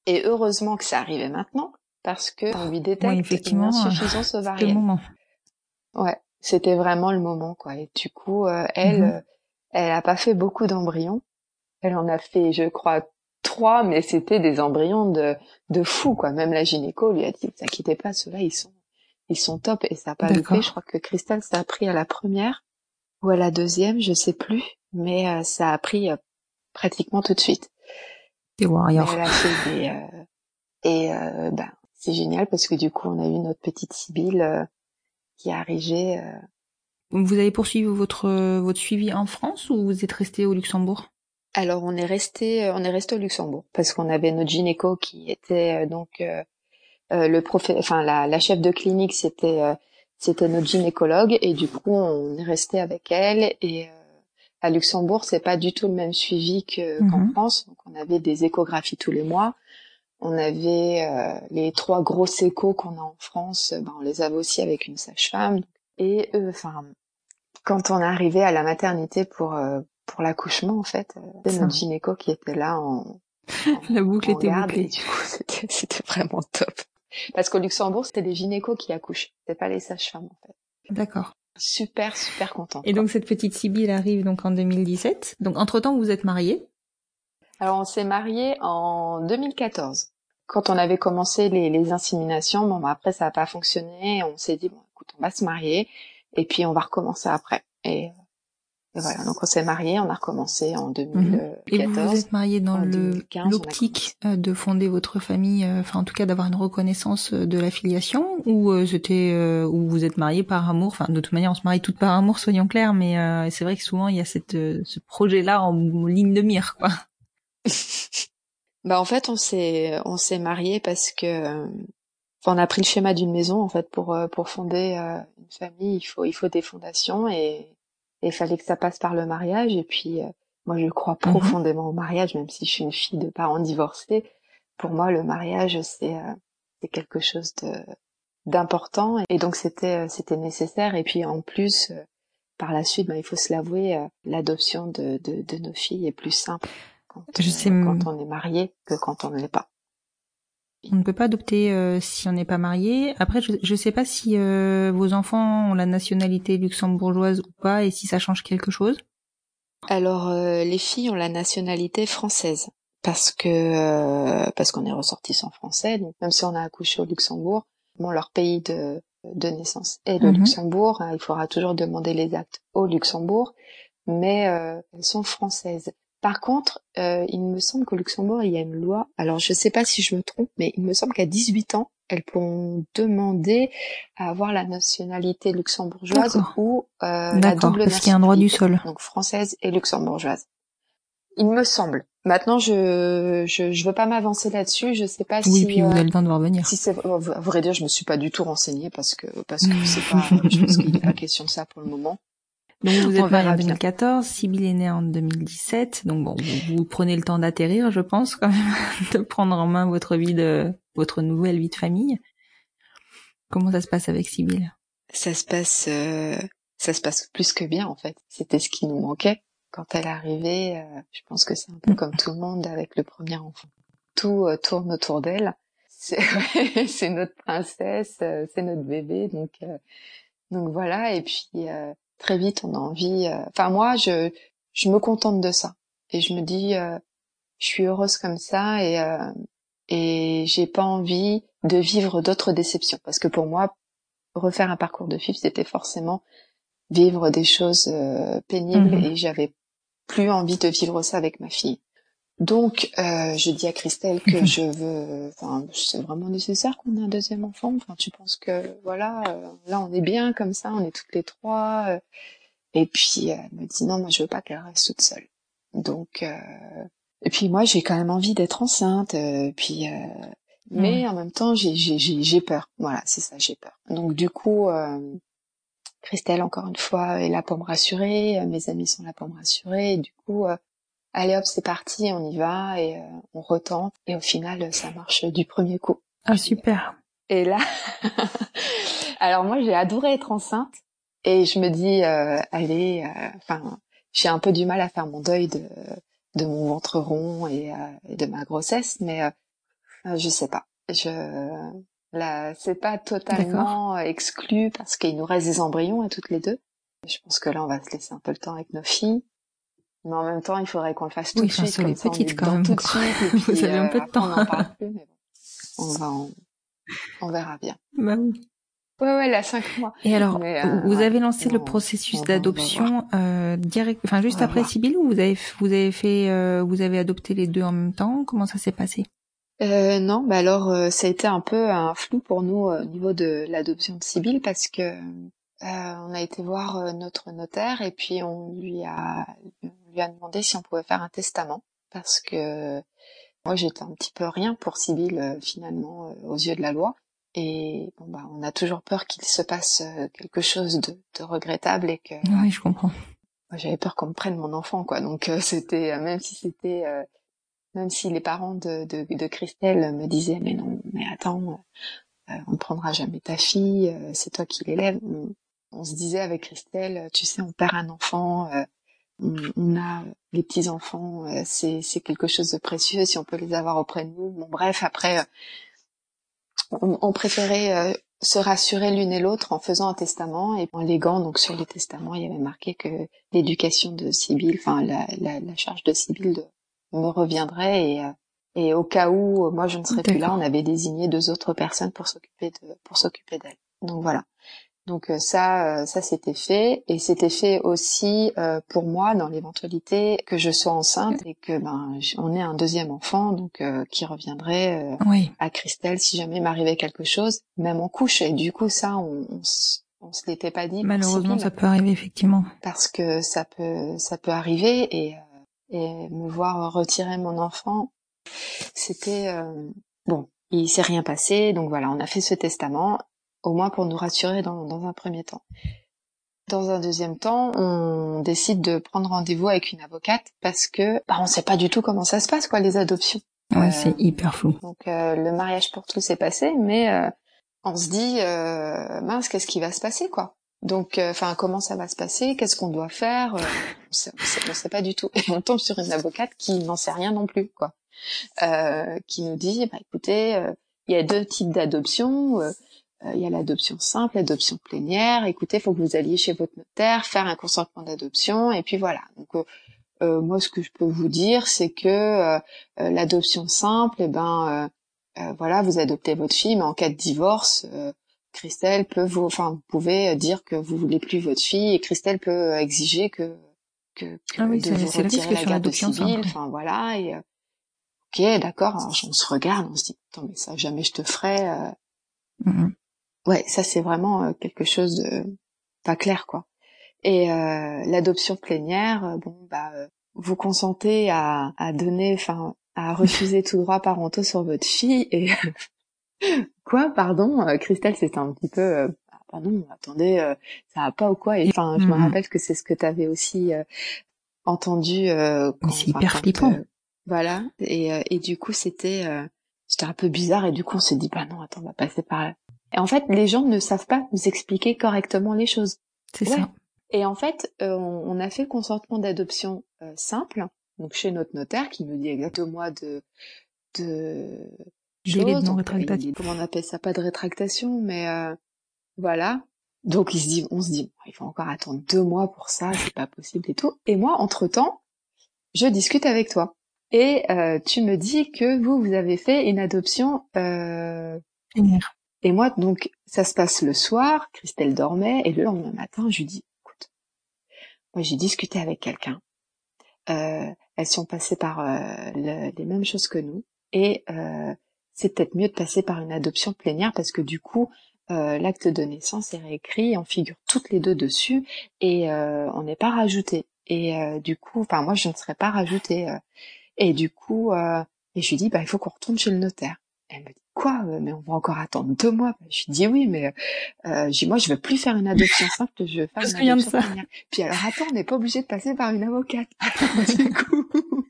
Et heureusement que ça arrivait maintenant, parce que on lui détecte oui, une insuffisance euh, ovarienne. Le moment. Ouais, c'était vraiment le moment, quoi. Et du coup, euh, elle, Mhm. euh, elle a pas fait beaucoup d'embryons. Elle en a fait, je crois, trois, mais c'était des embryons de de fou, quoi. Même la gynéco lui a dit, vous inquiétez pas, ceux-là, ils sont ils sont top, et ça a pas loupé. Je crois que Christelle, ça a pris à la première ou à la deuxième, je sais plus, mais euh, ça a pris euh, pratiquement tout de suite. Des warriors. Mais elle a fait des euh, et euh, ben c'est génial parce que du coup on a eu notre petite Sibylle euh, qui est arrivée. Euh... Vous avez poursuivi votre votre suivi en France ou vous êtes resté au Luxembourg? Alors on est resté on est resté au Luxembourg parce qu'on avait notre gynéco qui était euh, donc euh, euh, le profé enfin la, la chef de clinique c'était euh, c'était notre gynécologue, et du coup on est resté avec elle. Et euh, à Luxembourg c'est pas du tout le même suivi que qu'en Mhm. France. Donc on avait des échographies tous les mois. On avait euh, les trois grosses échos qu'on a en France, ben, on les avait aussi avec une sage-femme. Et enfin, euh, quand on arrivait à la maternité pour euh, pour l'accouchement, en fait, euh, c'était notre gynéco qui était là en, en La boucle en était garde, bouclée. et du coup c'était c'était vraiment top. Parce qu'au Luxembourg, c'était les gynécos qui accouchent, c'était pas les sages-femmes en fait. D'accord. Super super contente. Et quoi. donc cette petite Sibylle arrive donc en deux mille dix-sept. Donc entre-temps vous êtes mariés. Alors on s'est mariés en deux mille quatorze. Quand on avait commencé les, les inséminations, bon bah, après ça n'a pas fonctionné, on s'est dit bon écoute on va se marier et puis on va recommencer après. Et, et voilà, donc on s'est mariés, on a recommencé en deux mille quatorze. Et vous vous êtes mariés dans en le deux mille quinze, l'optique de fonder votre famille, enfin en tout cas d'avoir une reconnaissance de la filiation, ou euh, c'était euh, où vous êtes mariés par amour. Enfin de toute manière on se marie toutes par amour, soyons clairs, mais euh, c'est vrai que souvent il y a cette euh, ce projet-là en, en ligne de mire quoi. Bah en fait on s'est on s'est mariés parce que enfin, on a pris le schéma d'une maison en fait pour pour fonder euh, une famille, il faut il faut des fondations, et il fallait que ça passe par le mariage. Et puis euh, moi je crois profondément au mariage, même si je suis une fille de parents divorcés. Pour moi le mariage c'est euh, c'est quelque chose de d'important, et donc c'était c'était nécessaire. Et puis en plus euh, par la suite, bah, il faut se l'avouer, euh, l'adoption de, de de nos filles est plus simple quand, Je euh, sais, quand on est marié que quand on ne l'est pas. on ne peut pas adopter euh, si on n'est pas marié. Après, je ne sais pas si euh, vos enfants ont la nationalité luxembourgeoise ou pas, et si ça change quelque chose. Alors euh, les filles ont la nationalité française parce que euh, parce qu'on est ressortissants français. Donc même si on a accouché au Luxembourg, bon, leur pays de de naissance est le Mhm. Luxembourg. Hein, il faudra toujours demander les actes au Luxembourg, mais euh, elles sont françaises. Par contre, euh, il me semble qu'au Luxembourg, il y a une loi. Alors, je ne sais pas si je me trompe, mais il me semble qu'à dix-huit ans, elles pourront demander à avoir la nationalité luxembourgeoise D'accord. ou euh, la D'accord, double parce qu'il y a un droit du nationalité, sol. donc française et luxembourgeoise. Il me semble. Maintenant, je je, je veux pas m'avancer là-dessus. Je sais pas Oui, si puis vous euh, avez le temps de revenir. si c'est à vrai dire, je me suis pas du tout renseignée parce que parce que c'est pas. Je pense qu'il n'est pas question de ça pour le moment. Donc vous On êtes mariés en verra deux mille bien. quatorze, Sibylle est née en deux mille dix-sept, donc bon, vous, vous prenez le temps d'atterrir, je pense, quand même, de prendre en main votre vie de, votre nouvelle vie de famille. Comment ça se passe avec Sibylle? Ça se passe, euh, ça se passe plus que bien en fait. C'était ce qui nous manquait quand elle est arrivée. Euh, je pense que c'est un peu comme tout le monde avec le premier enfant. Tout euh, tourne autour d'elle. C'est, c'est notre princesse, euh, c'est notre bébé, donc euh, donc voilà. Et puis euh, très vite, on a envie. euh, Enfin moi, je je me contente de ça et je me dis, euh, je suis heureuse comme ça, et euh, et j'ai pas envie de vivre d'autres déceptions, parce que pour moi, refaire un parcours de F I V, c'était forcément vivre des choses euh, pénibles, Mhm. et j'avais plus envie de vivre ça avec ma fille. Donc, euh, je dis à Christelle que je veux, enfin, c'est vraiment nécessaire qu'on ait un deuxième enfant. Enfin, tu penses que, voilà, euh, là, on est bien comme ça, on est toutes les trois. Euh, et puis, elle me dit non, moi, je veux pas qu'elle reste toute seule. Donc, euh, et puis moi, j'ai quand même envie d'être enceinte. Euh, puis, euh, mais Ouais. en même temps, j'ai, j'ai, j'ai, j'ai peur. Voilà, c'est ça, j'ai peur. Donc, du coup. Euh, Christelle, encore une fois, est là pour me rassurer, euh, mes amis sont là pour me rassurer, et du coup, euh, allez hop, c'est parti, on y va, et euh, on retente, et au final, ça marche du premier coup. Ah, super. Et là, alors moi, j'ai adoré être enceinte, et je me dis, euh, allez, enfin, euh, j'ai un peu du mal à faire mon deuil de, de mon ventre rond et, euh, et de ma grossesse, mais euh, Euh, je sais pas. Je là, c'est pas totalement D'accord. exclu parce qu'il nous reste des embryons à toutes les deux. Je pense que là, on va se laisser un peu le temps avec nos filles. Mais en même temps, il faudrait qu'on le fasse tout Oui, de enfin, suite, Sol comme est ça on est petite quand dedans même tout de encore. suite, et Vous puis avez un euh, peu de après temps. on n'en parle plus, mais bon, on va, on, on verra bien. Bah oui. Ouais, ouais, là, cinq mois. Et alors, Mais euh, vous ouais, avez lancé le non, processus on va, on va voir. d'adoption euh, direct, enfin On juste va après voir. Sibylle, ou vous avez vous avez fait, euh, vous avez adopté les deux en même temps? Comment ça s'est passé? Euh, non, bah alors euh, ça a été un peu un flou pour nous euh, au niveau de l'adoption de Sibylle parce que euh, on a été voir euh, notre notaire et puis on lui a on lui a demandé si on pouvait faire un testament parce que moi j'étais un petit peu rien pour Sibylle euh, finalement euh, aux yeux de la loi et bon bah on a toujours peur qu'il se passe euh, quelque chose de, de regrettable et que Oui, je comprends. moi j'avais peur qu'on me prenne mon enfant quoi donc euh, c'était euh, même si c'était euh, même si les parents de, de, de Christelle me disaient mais non, mais attends, euh, on ne prendra jamais ta fille, euh, c'est toi qui l'élèves. On, on se disait avec Christelle, tu sais, on perd un enfant, euh, on, on a les petits enfants, euh, c'est c'est quelque chose de précieux si on peut les avoir auprès de nous. Bon bref, après, euh, on, on préférait euh, se rassurer l'une et l'autre en faisant un testament et en léguant. Donc sur le testament, il y avait marqué que l'éducation de Sibylle, enfin la, la, la charge de Sibylle de, me reviendrait et euh, et au cas où moi je ne serais plus là, on D'accord. avait désigné deux autres personnes pour s'occuper de pour s'occuper d'elle. Donc voilà. Donc euh, ça euh, ça c'était fait et c'était fait aussi euh, pour moi dans l'éventualité que je sois enceinte et que ben j- on ait un deuxième enfant donc euh, qui reviendrait euh, Oui. à Christelle si jamais m'arrivait quelque chose même en couche et du coup ça on on, s- on se l'était pas dit pour Malheureusement, Sibylle ça peut arriver effectivement. parce que ça peut ça peut arriver et euh, et me voir retirer mon enfant c'était euh, bon, il s'est rien passé, donc voilà, on a fait ce testament, au moins pour nous rassurer dans, dans un premier temps. Dans un deuxième temps, on décide de prendre rendez-vous avec une avocate parce que bah, on sait pas du tout comment ça se passe quoi les adoptions. Oui, Euh, c'est hyper flou. donc euh, le mariage pour tous est passé, mais euh, on se dit euh, mince, qu'est-ce qui va se passer quoi. Donc enfin comment ça va se passer, qu'est-ce qu'on doit faire, euh, on sait, on sait, on sait pas du tout. Et on tombe sur une avocate qui n'en sait rien non plus quoi. Euh, qui nous dit, bah, écoutez, euh, il y a deux types d'adoption, euh, euh, il y a l'adoption simple, l'adoption plénière, écoutez, il faut que vous alliez chez votre notaire, faire un consentement d'adoption, et puis voilà. Donc, euh, euh, moi, ce que je peux vous dire, c'est que euh, euh, l'adoption simple, eh ben, euh, euh, voilà, vous adoptez votre fille, mais en cas de divorce, euh, Christelle peut vous, enfin, vous pouvez dire que vous voulez plus votre fille, et Christelle peut exiger que, que, Ah que oui, de c'est vous c'est le retirer risque la sur garde l'adoption civile, simple. enfin voilà, et euh, ok, d'accord, alors, on se regarde, on se dit, attends, mais ça, jamais je te ferai. euh. Mhm. Ouais, ça, c'est vraiment euh, quelque chose de pas clair, quoi. Et euh, l'adoption plénière, euh, bon, bah, euh, vous consentez à, à donner, enfin, à refuser tout droit parentaux sur votre fille, et quoi, pardon, euh, Christelle, c'était un petit peu, euh, ah, pardon, attendez, euh, ça va pas ou quoi, et Et- enfin, je me Mhm. rappelle que c'est ce que tu avais aussi euh, entendu euh, Mais quand, c'est enfin, hyper quand, flippant. euh, voilà, et, euh, et du coup, c'était, euh, c'était un peu bizarre, et du coup, on s'est dit, bah non, attends, on va passer par là. Et en fait, les gens ne savent pas nous expliquer correctement les choses. C'est Ouais. ça. Et en fait, euh, on, on a fait le consentement d'adoption euh, simple, donc chez notre notaire, qui nous dit exactement mois de, de Délai choses, de non donc euh, rétractation. il, comment on appelle ça, pas de rétractation, mais euh, voilà. Donc il se dit, on se dit, il faut encore attendre deux mois pour ça, c'est pas possible et tout. Et moi, entre-temps, je discute avec toi. Et euh, tu me dis que vous, vous avez fait une adoption. Euh... Génial. Et moi, donc, ça se passe le soir, Christelle dormait, et le lendemain matin, je lui dis, écoute, moi j'ai discuté avec quelqu'un. Euh, elles sont passées par euh, le, les mêmes choses que nous. Et euh, c'est peut-être mieux de passer par une adoption plénière parce que du coup, euh, l'acte de naissance est réécrit, on figure toutes les deux dessus et euh, on n'est pas rajouté. Et euh, du coup, enfin moi je ne serais pas rajoutée. euh. Et du coup, euh, et je lui dis bah il faut qu'on retourne chez le notaire. Elle me dit quoi euh, mais on va encore attendre deux mois. Je lui dis oui mais euh, je dis moi je veux plus faire une adoption simple, je veux faire Je me une souviens de adoption ça. plénière. Puis alors attends, on n'est pas obligé de passer par une avocate. Du coup,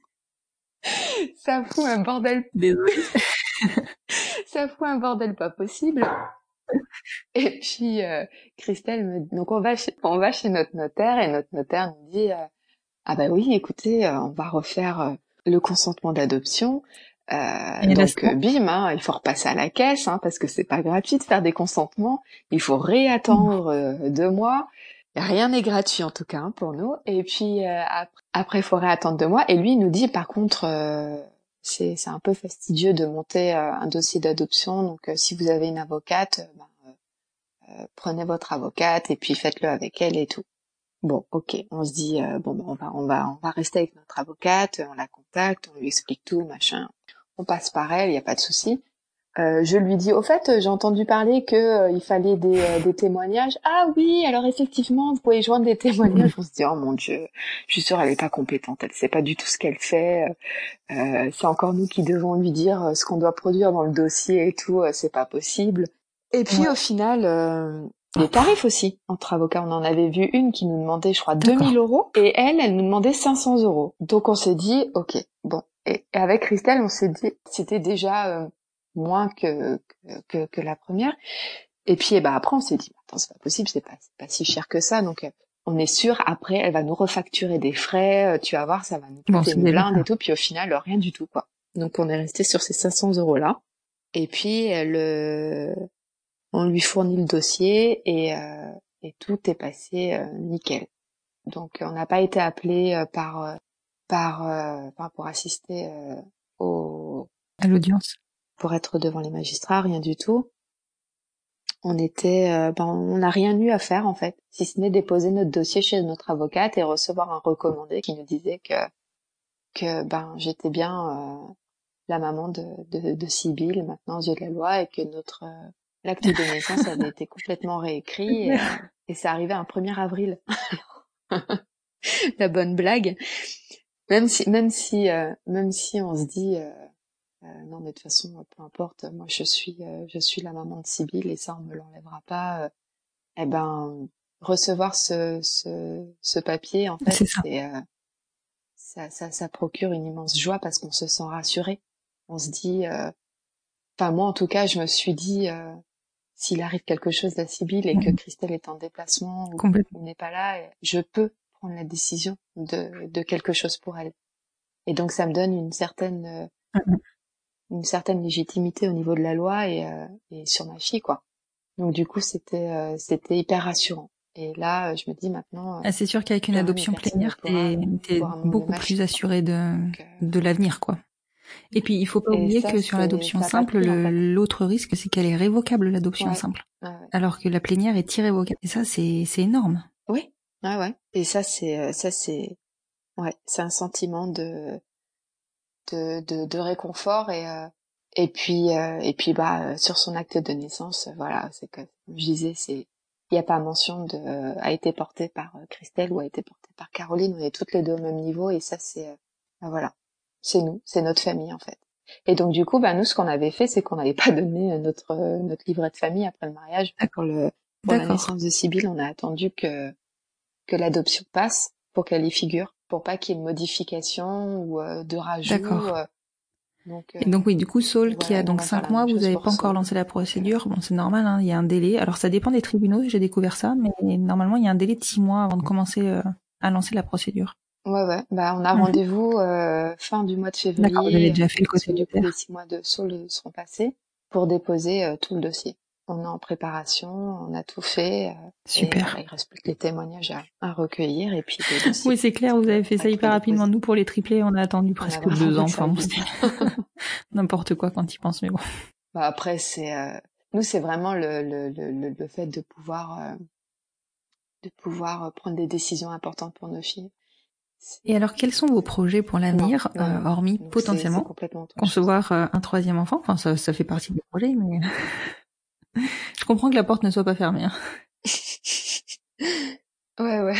ça fout un bordel, Désolée. ça fout un bordel pas possible. Et puis euh, Christelle me dit, donc on va chez, on va chez notre notaire et notre notaire nous dit euh, ah bah oui écoutez euh, on va refaire euh, le consentement d'adoption. Euh, donc euh, bim, hein, il faut repasser à la caisse, hein, parce que c'est pas gratuit de faire des consentements. Il faut réattendre euh, deux mois. Rien n'est gratuit en tout cas hein, pour nous. Et puis euh, après, il faut réattendre deux mois. Et lui, il nous dit par contre, euh, c'est c'est un peu fastidieux de monter euh, un dossier d'adoption. Donc euh, si vous avez une avocate, euh, ben, euh, prenez votre avocate et puis faites-le avec elle et tout. Bon, ok, on se dit euh, bon, ben, on va on va on va rester avec notre avocate, on la contacte, on lui explique tout, machin. On passe par elle, il y a pas de souci. Euh, je lui dis, au fait, j'ai entendu parler que euh, il fallait des, euh, des témoignages. Ah oui, alors effectivement, vous pouvez joindre des témoignages. On se dit, oh mon Dieu, je suis sûre, elle est pas compétente, elle sait pas du tout ce qu'elle fait. Euh, c'est encore nous qui devons lui dire ce qu'on doit produire dans le dossier et tout. Euh, c'est pas possible. Et puis ouais. Au final, euh, les tarifs aussi entre avocats. On en avait vu une qui nous demandait, je crois, deux mille euros, et elle, elle nous demandait cinq cents euros. Donc on s'est dit, ok, bon. Et avec Christelle, on s'est dit, c'était déjà euh, moins que, que que la première. Et puis, eh ben après, on s'est dit, attends, c'est pas possible, c'est pas c'est pas si cher que ça. Donc, euh, on est sûr. Après, elle va nous refacturer des frais. Euh, tu vas voir, ça va nous coûter bon, une blinde et tout. Puis au final, rien du tout, quoi. Donc, on est resté sur ces cinq cents euros là. Et puis, le, on lui fournit le dossier et euh, et tout est passé euh, nickel. Donc, on n'a pas été appelé euh, par euh, par euh, enfin, pour assister euh, au à l'audience, pour être devant les magistrats, rien du tout. On était euh, ben on n'a rien eu à faire en fait, si ce n'est déposer notre dossier chez notre avocate et recevoir un recommandé qui nous disait que que ben j'étais bien euh, la maman de de, de Sibylle maintenant aux yeux de la loi et que notre euh, l'acte de naissance avait été complètement réécrit et, euh, et c'est arrivé un premier avril. La bonne blague. Même si, même si, euh, même si on se dit, euh, euh, non mais de toute façon, peu importe, moi je suis, euh, je suis la maman de Sibylle et ça on me l'enlèvera pas. Euh, eh ben, recevoir ce, ce, ce papier, en fait, c'est ça. C'est, euh, ça, ça, ça procure une immense joie parce qu'on se sent rassuré. On se dit, enfin euh, moi en tout cas, je me suis dit, euh, s'il arrive quelque chose à Sibylle et mmh. que Christelle est en déplacement ou qu'on n'est pas là, je peux prendre la décision de, de quelque chose pour elle. Et donc ça me donne une certaine mmh. une certaine légitimité au niveau de la loi et, euh, et sur ma fille, quoi. Donc du coup c'était euh, c'était hyper rassurant. Et là je me dis maintenant. Ah, c'est sûr qu'avec une adoption plénière, t'es, t'es beaucoup plus assuré de donc, euh... de l'avenir, quoi. Et puis il faut pas oublier ça, que sur l'adoption simple, pris, le, en fait. L'autre risque c'est qu'elle est révocable, l'adoption ouais. simple, ouais, ouais. alors que la plénière est irrévocable. Et ça c'est c'est énorme. Oui, ouais ouais. Et ça c'est ça c'est ouais c'est un sentiment de de de, de réconfort et euh, et puis euh, et puis bah sur son acte de naissance, voilà, c'est que comme je disais, c'est il y a pas mention de euh, a été porté par euh, Christelle ou a été porté par Caroline, on est toutes les deux au même niveau et ça c'est euh, bah, voilà, c'est nous, c'est notre famille en fait. Et donc du coup, bah nous ce qu'on avait fait, c'est qu'on n'avait pas donné notre euh, notre livret de famille après le mariage. Pour le pour D'accord. la naissance de Sibylle, on a attendu que que l'adoption passe pour qu'elle y figure, pour pas qu'il y ait de modification ou euh, de rajout. D'accord. Euh, donc, euh, et donc oui, du coup, Saul, voilà, qui a donc cinq mois, vous n'avez pas encore Saul. lancé la procédure. Bon, c'est normal, hein, il y a un délai. Alors ça dépend des tribunaux, j'ai découvert ça, mais normalement il y a un délai de six mois avant de commencer euh, à lancer la procédure. Ouais, ouais. Bah, on a mmh. rendez-vous euh, fin du mois de février. D'accord, vous avez déjà fait le côté du coup, les six mois de Saul seront passés pour déposer euh, tout le dossier. On est en préparation, on a tout fait. Euh, Super. Et, voilà, il reste plus que les témoignages à, à recueillir et puis le dossier. Oui, c'est clair, vous avez fait ça hyper rapidement. Nous, pour les triplés, on a attendu presque a deux ans. Enfin, bon, c'était n'importe quoi quand ils pensent, mais bon. Bah après, c'est euh... nous, c'est vraiment le le le le fait de pouvoir euh... de pouvoir prendre des décisions importantes pour nos filles. Et alors, quels sont vos projets pour l'avenir, non, non, euh, hormis donc potentiellement c'est, c'est concevoir euh, un troisième enfant? Enfin, ça, ça fait partie des projets, mais je comprends que la porte ne soit pas fermée. Hein. Ouais, ouais.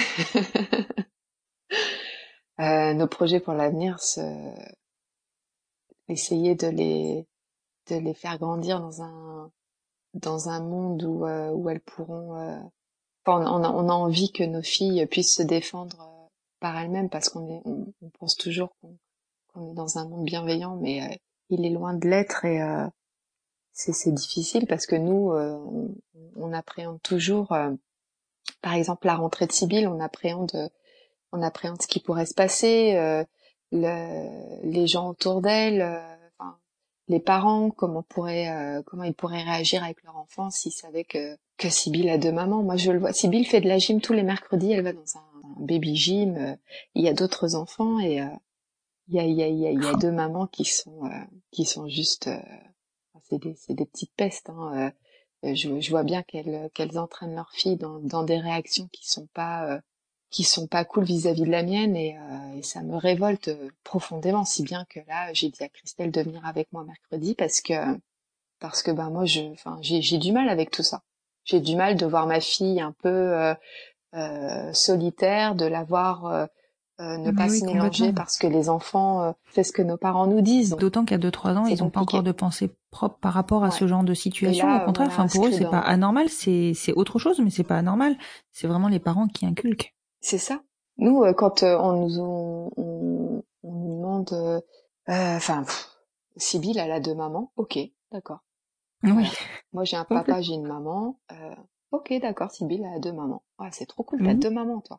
euh, nos projets pour l'avenir, c'est essayer de les de les faire grandir dans un dans un monde où euh, où elles pourront. Euh... Enfin, on a, on a envie que nos filles puissent se défendre euh, par elles-mêmes parce qu'on est on, on pense toujours qu'on on est dans un monde bienveillant, mais euh, il est loin de l'être et euh, c'est, c'est difficile parce que nous, euh, on, on appréhende toujours, euh, par exemple, la rentrée de Sibylle, on appréhende, on appréhende ce qui pourrait se passer, euh, le, les gens autour d'elle, euh, enfin, les parents, comment pourraient, euh, comment ils pourraient réagir avec leur enfant s'ils savaient que que Sybille a deux mamans. Moi, je le vois. Sybille fait de la gym tous les mercredis. Elle va dans un, un baby gym. Euh, il y a d'autres enfants et euh, il y a il y a il y a, il y a deux mamans qui sont euh, qui sont juste, euh, c'est des c'est des petites pestes. Hein. Euh, je, je vois bien qu'elles qu'elles entraînent leurs filles dans dans des réactions qui sont pas euh, qui sont pas cool vis-à-vis de la mienne et, euh, et ça me révolte profondément, si bien que là j'ai dit à Christelle de venir avec moi mercredi parce que parce que ben moi je enfin j'ai j'ai du mal avec tout ça. J'ai du mal de voir ma fille un peu euh, euh, solitaire, de la voir euh, euh, ne pas Oui, se mélanger complètement. parce que les enfants euh, font ce que nos parents nous disent. Donc, D'autant qu'à deux trois ans, c'est ils n'ont pas encore compliqué. de pensée propre par rapport à Ouais. ce genre de Et situation. Au là on contraire, l'a enfin pour eux, inscrit c'est pas dans. anormal, c'est c'est autre chose, mais c'est pas anormal. C'est vraiment les parents qui inculquent. C'est ça. Nous, euh, quand euh, on nous on, on, on nous demande, euh, euh, enfin, pff, Sybille, elle a deux mamans. Ok, d'accord. Oui, Voilà. Moi, j'ai un papa, j'ai complètement. une maman. Euh, ok, d'accord. Sybille, elle a deux mamans. Ah, c'est trop cool. T'as Oui. deux mamans, toi.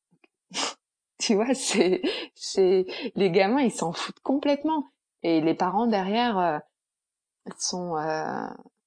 Tu vois, c'est, c'est, les gamins, ils s'en foutent complètement. Et les parents derrière euh, sont, euh,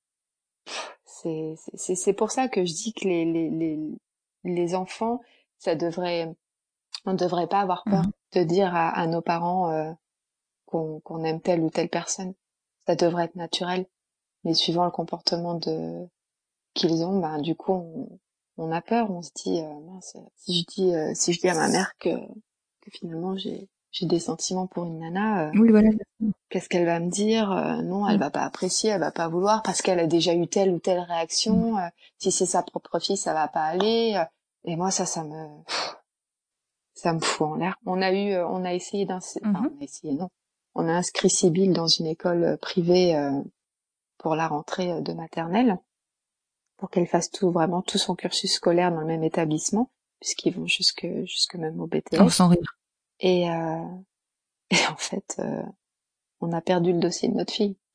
c'est, c'est, c'est pour ça que je dis que les, les, les, les enfants, ça devrait on ne devrait pas avoir peur Mhm. de dire à, à nos parents euh, qu'on qu'on aime telle ou telle personne. Ça devrait être naturel. Mais suivant le comportement de qu'ils ont, ben du coup on, on a peur. On se dit euh, mince, si je dis euh, si je dis à ma mère que, que finalement j'ai j'ai des sentiments pour une nana, euh, Oui, voilà. qu'est-ce qu'elle va me dire? Euh, Non, elle Mhm. va pas apprécier, elle va pas vouloir parce qu'elle a déjà eu telle ou telle réaction. Euh, si c'est sa propre fille, ça va pas aller. Euh, et moi ça, ça me ça me fout en l'air. On a eu, euh, on a essayé d'un, enfin, Mhm. on a essayé, non. On a inscrit Sybille dans une école euh, privée euh, pour la rentrée euh, de maternelle, pour qu'elle fasse tout, vraiment tout son cursus scolaire dans le même établissement, puisqu'ils vont jusque, jusque même au Oh, B T S. sans rire. Et, euh, et en fait, euh, on a perdu le dossier de notre fille.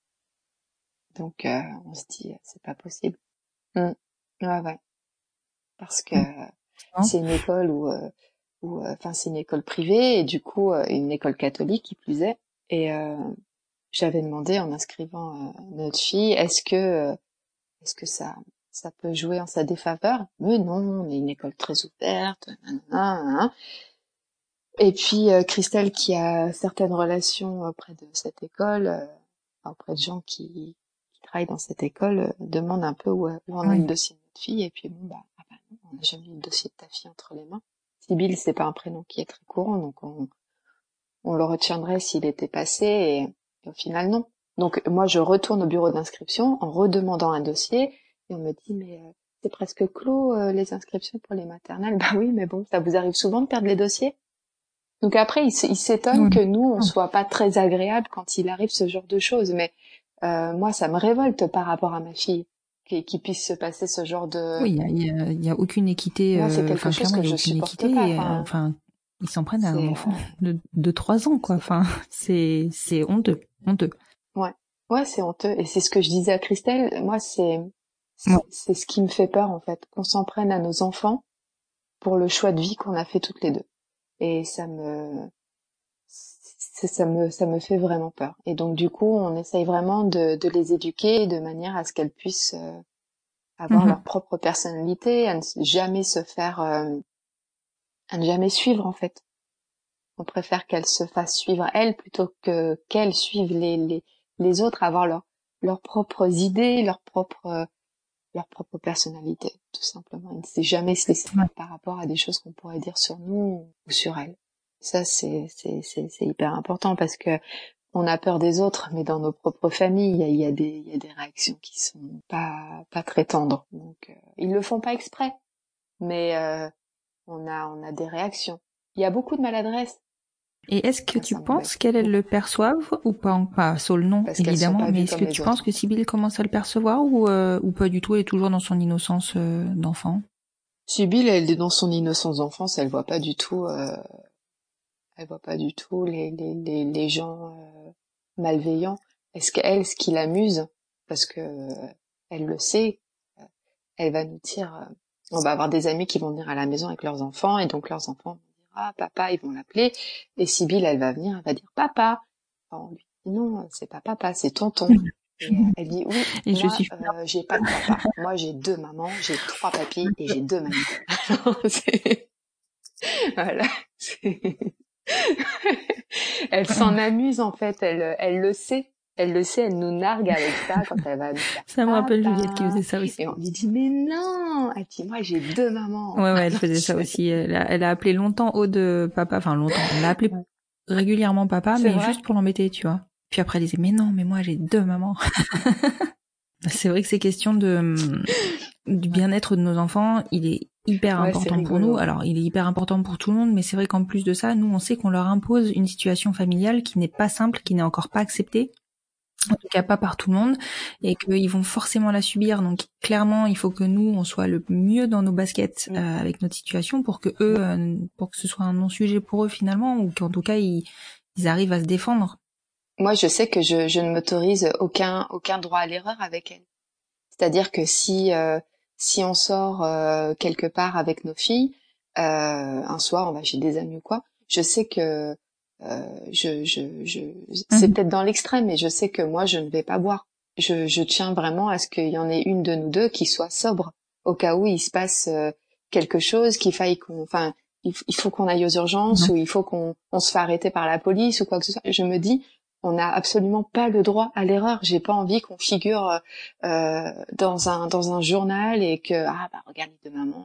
Donc, euh, on se dit, c'est pas possible. Mm. Ouais, ouais. Parce que Non. c'est une école où, euh, où, euh, enfin, c'est une école privée et du coup, euh, une école catholique qui plus est. Et euh, j'avais demandé en inscrivant euh, notre fille, est-ce que euh, est-ce que ça ça peut jouer en sa défaveur? Mais non, on est une école très ouverte. Nanana, nanana. Et puis euh, Christelle, qui a certaines relations auprès de cette école, euh, auprès de gens qui, qui travaillent dans cette école, euh, demande un peu où, où en est le Oui. dossier de notre fille. Et puis bon, bah, ah bah non, on n'a jamais eu le dossier de ta fille entre les mains. Sybille, c'est pas un prénom qui est très courant, donc on, on le retiendrait s'il était passé. Et, et au final, non. Donc moi, je retourne au bureau d'inscription en redemandant un dossier et on me dit mais euh, c'est presque clos euh, les inscriptions pour les maternelles. Bah oui, mais bon, ça vous arrive souvent de perdre les dossiers. Donc après, il s- il s'étonne Oui. que nous, on Non. soit pas très agréable quand il arrive ce genre de choses. Mais euh, moi, ça me révolte par rapport à ma fille qu'il qu'il puisse se passer ce genre de. Oui, il y a, il y a- il y a aucune équité. Moi, c'est euh, quelque Enfin, chose clairement, il que y a je aucune supporte pas. équité. Et, euh, Enfin, Enfin, ils s'en prennent à un c'est enfant euh, de, de trois ans, quoi. Enfin, c'est c'est honteux, honteux. ouais, ouais, c'est honteux. Et c'est ce que je disais à Christelle. Moi, c'est Ouais. c'est c'est ce qui me fait peur en fait, qu'on s'en prenne à nos enfants pour le choix de vie qu'on a fait toutes les deux. Et ça me ça, ça me ça me fait vraiment peur. Et donc du coup, on essaye vraiment de de les éduquer de manière à ce qu'elles puissent euh, avoir leur Mhm. propre personnalité, à ne jamais se faire, euh, à ne jamais suivre en fait. On préfère qu'elles se fassent suivre elles plutôt que qu'elles suivent les les les autres, avoir leur leurs propres idées, leurs propres leur propre personnalité, tout simplement. Il ne sait jamais se laisser Ouais. faire par rapport à des choses qu'on pourrait dire sur nous ou sur elle. Ça, c'est, c'est, c'est, c'est hyper important parce que on a peur des autres, mais dans nos propres familles, il y a, il y a des, il y a des réactions qui sont pas, pas très tendres. Donc, euh, ils le font pas exprès, mais euh, on a, on a des réactions. Il y a beaucoup de maladresse. Et est-ce que Moi, tu ça penses m'embête qu'elles elles le beaucoup perçoivent ou pas? Pas sur le nom, parce qu'elles sont évidemment, pas mais vues est-ce comme que les tu penses autres. que Sybille commence à le percevoir ou, euh, ou pas du tout? Elle est toujours dans son innocence euh, d'enfant. Sybille, elle est dans son innocence d'enfance, elle voit pas du tout. Euh, Elle voit pas du tout les les les, les gens euh, malveillants. Est-ce qu'elle, ce qui l'amuse, parce que euh, elle le sait, euh, elle va nous dire, euh, on va avoir des amis qui vont venir à la maison avec leurs enfants et donc leurs enfants vont dire ah papa, ils vont l'appeler et Sybille, elle va venir, elle va dire papa en lui Non, c'est pas papa, c'est tonton. Et elle dit oui, Et moi je suis euh, j'ai pas de papa. Moi j'ai deux mamans, j'ai trois papis et j'ai deux mamies. C'est- voilà. C'est- Elle s'en amuse en fait, elle, elle le sait. Elle le sait, elle nous nargue avec ça quand elle va nous faire Ça me rappelle Juliette qui papa. faisait ça aussi. Et on lui dit mais non. Elle dit moi j'ai deux mamans. Ouais, ouais, elle faisait ça aussi. Elle a, elle a appelé longtemps Aude euh, papa, enfin longtemps. Elle l'a appelé régulièrement papa, C'est mais vrai. juste pour l'embêter, tu vois. Puis après, elle disait, mais non, mais moi, j'ai deux mamans. C'est vrai que ces questions de, du bien-être de nos enfants, il est hyper Ouais, c'est important pour rigolo. nous. Alors, il est hyper important pour tout le monde, mais c'est vrai qu'en plus de ça, nous, on sait qu'on leur impose une situation familiale qui n'est pas simple, qui n'est encore pas acceptée. En tout cas, pas par tout le monde, et qu'ils vont forcément la subir. Donc, clairement, il faut que nous, on soit le mieux dans nos baskets euh, avec notre situation pour que eux, euh, pour que ce soit un non-sujet pour eux finalement, ou qu'en tout cas, ils, ils arrivent à se défendre. Moi, je sais que je, je ne m'autorise aucun aucun droit à l'erreur avec elle. C'est-à-dire que si euh, si on sort euh, quelque part avec nos filles, euh, un soir, on va chez des amis ou quoi, je sais que euh, je je je c'est Mhm. peut-être dans l'extrême, mais je sais que moi, je ne vais pas boire. Je je tiens vraiment à ce qu'il y en ait une de nous deux qui soit sobre au cas où il se passe euh, quelque chose, qu'il faille qu'on, enfin, il, f- il faut qu'on aille aux urgences Non. ou il faut qu'on on se fait arrêter par la police ou quoi que ce soit. Je me dis, on n'a absolument pas le droit à l'erreur. J'ai pas envie qu'on figure euh, dans un dans un journal et que ah bah regarde les deux mamans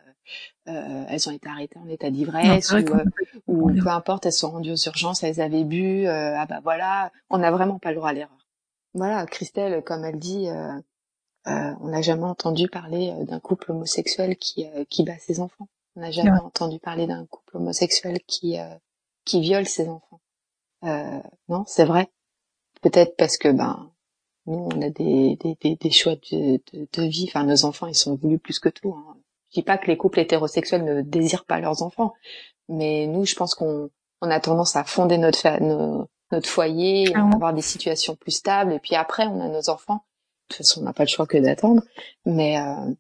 là, euh, elles ont été arrêtées en état Non, c'est d'ivresse vrai ou qu'on euh, peut pas ou comprendre. peu importe, elles sont rendues aux urgences, elles avaient bu, euh, ah bah voilà, on n'a vraiment pas le droit à l'erreur. Voilà, Christelle, comme elle dit, euh, euh, on n'a jamais entendu parler euh, d'un couple homosexuel qui euh, qui bat ses enfants. On n'a C'est vrai. jamais entendu parler d'un couple homosexuel qui euh, qui viole ses enfants. Euh, non, c'est vrai. Peut-être parce que ben nous, on a des, des, des, des choix de, de, de vie. Enfin, nos enfants, ils sont voulus plus que tout. Hein. Je dis pas que les couples hétérosexuels ne désirent pas leurs enfants, mais nous, je pense qu'on on a tendance à fonder notre, fa- nos- notre foyer, à Clairement. avoir des situations plus stables, et puis après, on a nos enfants. De toute façon, on n'a pas le choix que d'attendre, mais euh,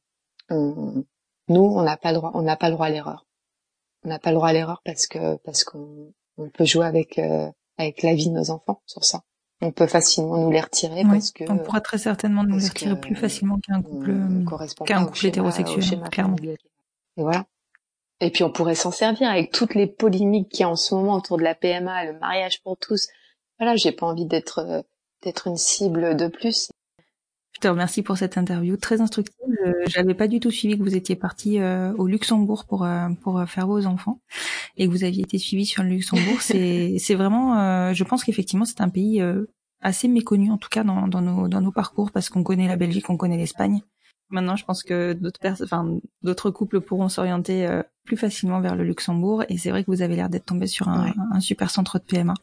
on- nous, on n'a pas le droit, on n'a pas le droit à l'erreur. On n'a pas le droit à l'erreur parce que parce qu'on on peut jouer avec euh, avec la vie de nos enfants sur ça. On peut facilement nous les retirer Oui, parce que on pourra très certainement nous les parce que retirer plus facilement qu'un couple, on, on euh, correspond qu'un pas au couple schéma au hétérosexuel, hein, schéma clairement. familial. Et voilà. Et puis on pourrait s'en servir avec toutes les polémiques qu'il y a en ce moment autour de la P M A, le mariage pour tous. Voilà, j'ai pas envie d'être euh, d'être une cible de plus. Je te remercie pour cette interview très instructive. Euh, J'avais pas du tout suivi que vous étiez parti euh, au Luxembourg pour euh, pour euh, faire vos enfants et que vous aviez été suivi sur le Luxembourg. C'est c'est vraiment, euh, je pense qu'effectivement c'est un pays euh, assez méconnu en tout cas dans dans nos dans nos parcours parce qu'on connaît la Belgique, on connaît l'Espagne. Maintenant, je pense que d'autres personnes, enfin d'autres couples pourront s'orienter euh, plus facilement vers le Luxembourg et c'est vrai que vous avez l'air d'être tombé sur un, Ouais. un super centre de P M A.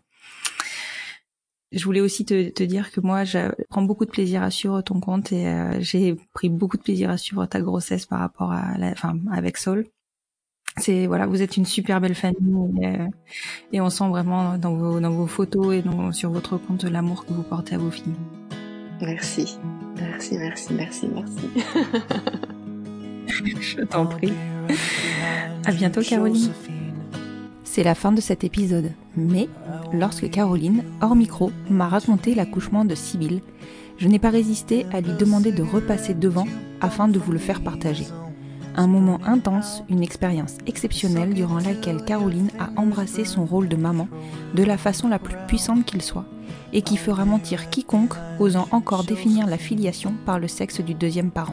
Je voulais aussi te, te dire que moi, je prends beaucoup de plaisir à suivre ton compte et euh, j'ai pris beaucoup de plaisir à suivre ta grossesse par rapport à, la, enfin, avec Saul. C'est voilà, vous êtes une super belle famille et, euh, et on sent vraiment dans vos dans vos photos et dans, sur votre compte l'amour que vous portez à vos filles. Merci, merci, merci, merci, merci. Je t'en prie. À bientôt, Caroline. C'est la fin de cet épisode, mais lorsque Caroline, hors micro, m'a raconté l'accouchement de Sibylle, je n'ai pas résisté à lui demander de repasser devant afin de vous le faire partager. Un moment intense, une expérience exceptionnelle durant laquelle Caroline a embrassé son rôle de maman de la façon la plus puissante qu'il soit, et qui fera mentir quiconque osant encore définir la filiation par le sexe du deuxième parent.